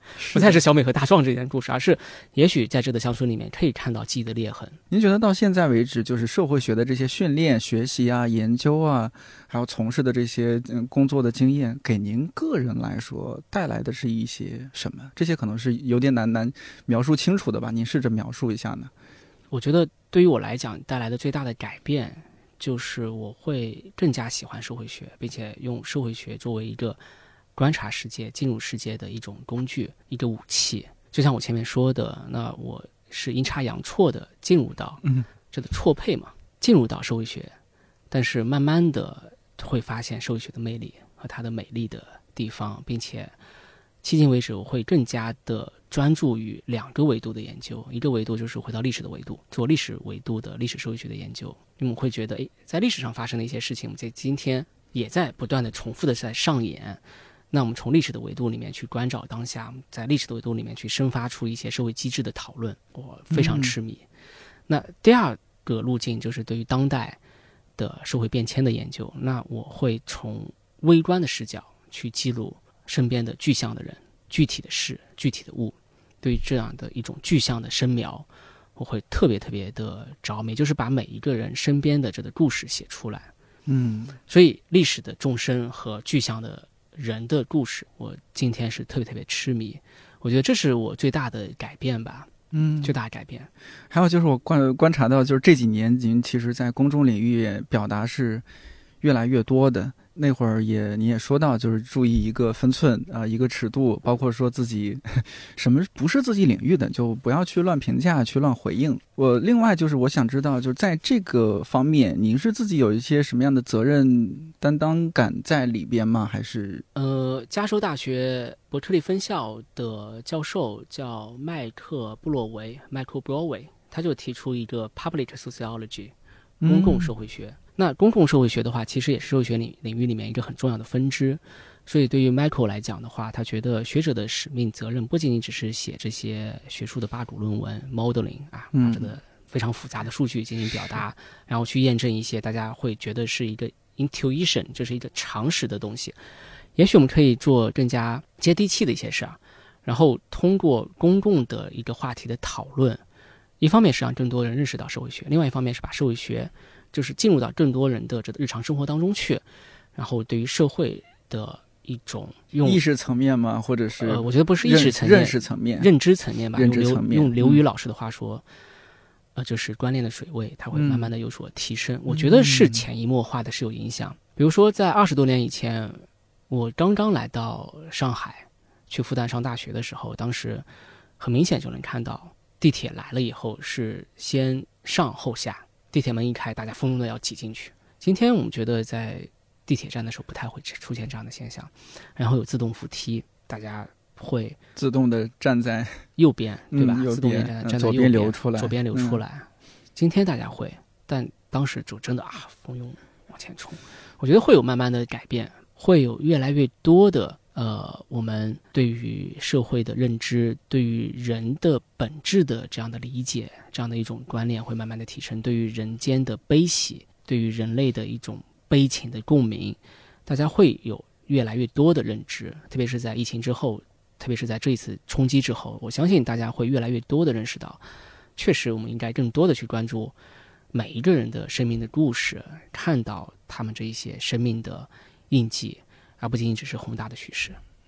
不再是小美和大壮这件故事，而是也许在这个乡村里面可以看到记忆的裂痕。 您觉得到现在为止，就是社会学的这些训练、学习啊、研究啊，还有从事的这些工作的经验，给您个人来说带来的是一些什么？这些可能是有点难描述清楚的吧？您试着描述一下呢？ 我觉得对于我来讲带来的最大的改变，就是我会更加喜欢社会学，并且用社会学作为一个观察世界、进入世界的一种工具、一个武器。就像我前面说的，那我是阴差阳错的进入到这个错配嘛，进入到社会学，但是慢慢的会发现社会学的魅力和它的美丽的地方，并且迄今为止我会更加的专注于2个维度的研究。一个维度就是回到历史的维度，做历史维度的历史社会学的研究，因为我会觉得在历史上发生的一些事情，我们在今天也在不断的重复的在上演。那我们从历史的维度里面去关照当下，在历史的维度里面去生发出一些社会机制的讨论，我非常痴迷。那第二个路径就是对于当代的社会变迁的研究，那我会从微观的视角去记录身边的具象的人、具体的事、具体的物。对于这样的一种具象的深描，我会特别的着迷，就是把每一个人身边的这个故事写出来。所以历史的纵深和具象的人的故事，我今天是特别痴迷。我觉得这是我最大的改变吧。最大的改变。 还有就是我观察到，就是这几年您其实在公众领域表达是越来越多的。那会儿你也说到，就是注意一个分寸啊，一个尺度，包括说自己什么不是自己领域的，就不要去乱评价，去乱回应。另外就是我想知道，就是在这个方面，您是自己有一些什么样的责任担当感在里边吗？还是加州大学伯克利分校的教授叫麦克布洛维 （Michael Browey），他就提出一个 Public Sociology， 公共社会学。那公共社会学的话，其实也是社会学领域里面一个很重要的分支。所以对于 Michael 来讲的话，他觉得学者的使命责任不仅仅只是写这些学术的八股论文 modeling 啊，把这个非常复杂的数据进行表达，然后去验证一些大家会觉得是一个 intuition， 这是一个常识的东西。也许我们可以做更加接地气的一些事儿，然后通过公共的一个话题的讨论，一方面是让更多人认识到社会学，另外一方面是把社会学就是进入到更多人的这个日常生活当中去，然后对于社会的一种用意识层面吗？或者是我觉得不是意识层面， 认识层面、 认知层面吧。 认知层面， 用刘宇老师的话说，就是观念的水位，它会慢慢的有所提升。我觉得是潜移默化的，是有影响。比如说，在20多年以前，我刚刚来到上海，去复旦上大学的时候，当时很明显就能看到，地铁来了以后是先上后下。地铁门一开，大家蜂拥的要挤进去。今天我们觉得在地铁站的时候不太会出现这样的现象，然后有自动扶梯，大家会自动的站在右边，对吧？ 右边自动的站在左边流出来， 左边流出来。今天大家会，但当时就真的蜂拥往前冲。我觉得会有慢慢的改变，会有越来越多的我们对于社会的认知，对于人的本质的这样的理解，这样的一种观念会慢慢的提升，对于人间的悲喜，对于人类的一种悲情的共鸣，大家会有越来越多的认知。特别是在疫情之后，特别是在这一次冲击之后，我相信大家会越来越多的认识到，确实我们应该更多的去关注每一个人的生命的故事，看到他们这一些生命的印记，而不仅仅只是宏大的叙事。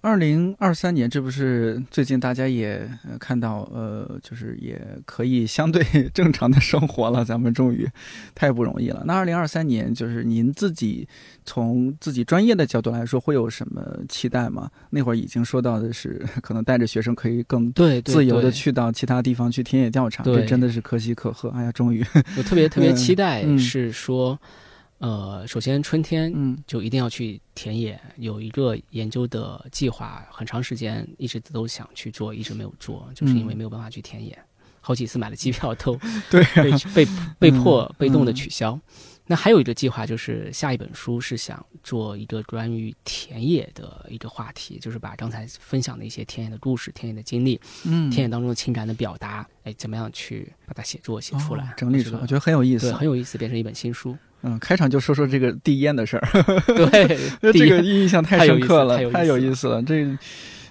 2023年，这不是最近大家也看到，就是也可以相对正常的生活了，咱们终于太不容易了。那2023年，就是您自己从自己专业的角度来说，会有什么期待吗？那会儿已经说到的是，可能带着学生可以更自由的去到其他地方去田野调查，这真的是可喜可贺。哎呀，终于， 我特别期待是说。首先春天就一定要去田野，有一个研究的计划，很长时间一直都想去做，一直没有做，就是因为没有办法去田野，好几次买了机票都被迫被动的取消。那还有一个计划，就是下一本书是想做一个关于田野的一个话题，就是把刚才分享的一些田野的故事、田野的经历、田野当中的情感的表达，怎么样去把它写出来、 整理出来，我觉得很有意思， 对，很有意思，变成一本新书。 开场就说这个递烟的事儿， 对， 这个印象太深刻了，太有意思了。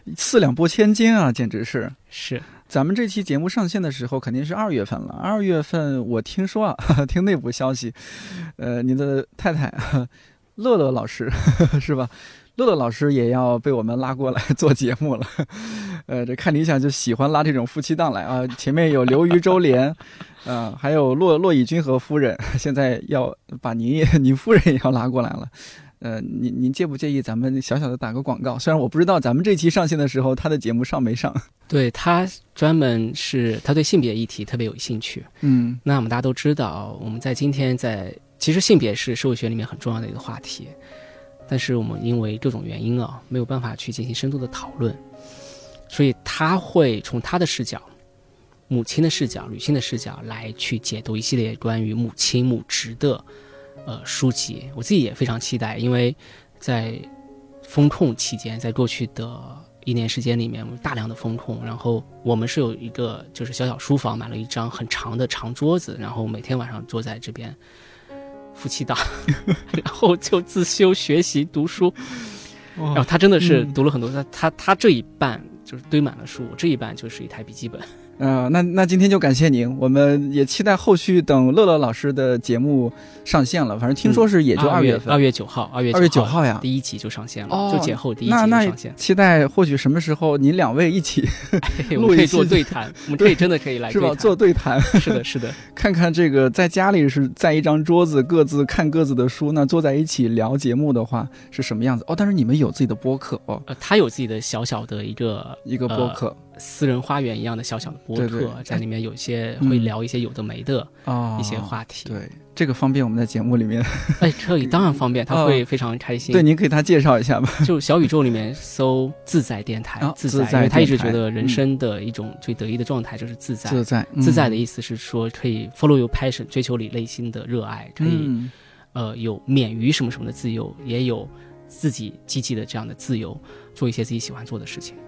4两拨千斤啊，简直是。 是。 咱们这期节目上线的时候肯定是2月份了。2月份我听说啊，听内部消息，您的太太乐乐老师是吧？乐乐老师也要被我们拉过来做节目了。这看理想就喜欢拉这种夫妻档来啊。前面有刘瑜、周连，还有骆以军和夫人，现在要把您夫人也要拉过来了。您介不介意咱们小小的打个广告？虽然我不知道咱们这期上线的时候他的节目上没上。 对，他专门是他对性别议题特别有兴趣。那我们大家都知道，我们在今天其实性别是社会学里面很重要的一个话题，但是我们因为各种原因啊，没有办法去进行深度的讨论，所以他会从他的视角，母亲的视角、女性的视角来去解读一系列关于母亲母职的书籍。我自己也非常期待，因为在风控期间，在过去的1年时间里面，我们大量的风控，然后我们是有一个就是小小书房，买了一张很长的长桌子，然后每天晚上坐在这边夫妻档然后就自修学习读书。然后他真的是读了很多，他这一半就是堆满了书，这一半就是一台笔记本。 那今天就感谢您，我们也期待后续等乐乐老师的节目上线了。反正听说是也就2月份 ，2月9号，2月 9号呀， 第1集就上线了，就节后第1集就上线。 那期待或许什么时候您2位一起我们可以做对谈，我们真的可以来对谈， 是吧？做对谈， 是的， 看看这个在家里是在一张桌子各自看各自的书，那坐在一起聊节目的话是什么样子？但是你们有自己的播客哦， 他有自己的小小的一个播客。 私人花园一样的小小的播客，对，在里面有些会聊一些有的没的一些话题。 对，这个方便我们在节目里面。 可以，当然方便，他会非常开心。 对，您给他介绍一下吧。 就小宇宙里面搜自在电台，自在，因为他一直觉得人生的一种最得意的状态就是自在。自在的意思是说可以 follow your passion， 追求你内心的热爱，可以有免于什么什么的自由，也有自己积极的这样的自由，做一些自己喜欢做的事情。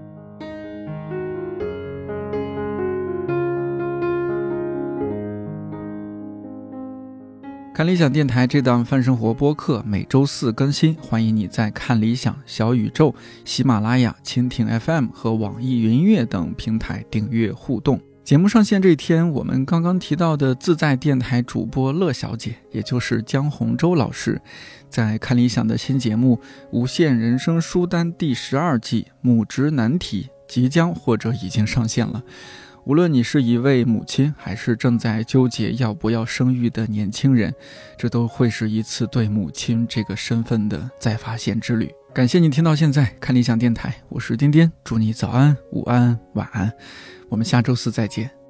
看理想电台这档泛生活播客每周4更新，欢迎你在看理想、小宇宙、喜马拉雅、蜻蜓 FM 和网易云音乐等平台订阅互动。节目上线这一天，我们刚刚提到的自在电台主播乐小姐，也就是江洪洲老师，在看理想的新节目《无限人生书单》第12季母职难题即将或者已经上线了。无论你是一位母亲，还是正在纠结要不要生育的年轻人，这都会是一次对母亲这个身份的再发现之旅。感谢你听到现在，看理想电台，我是颠颠，祝你早安、午安、晚安，我们下周4再见。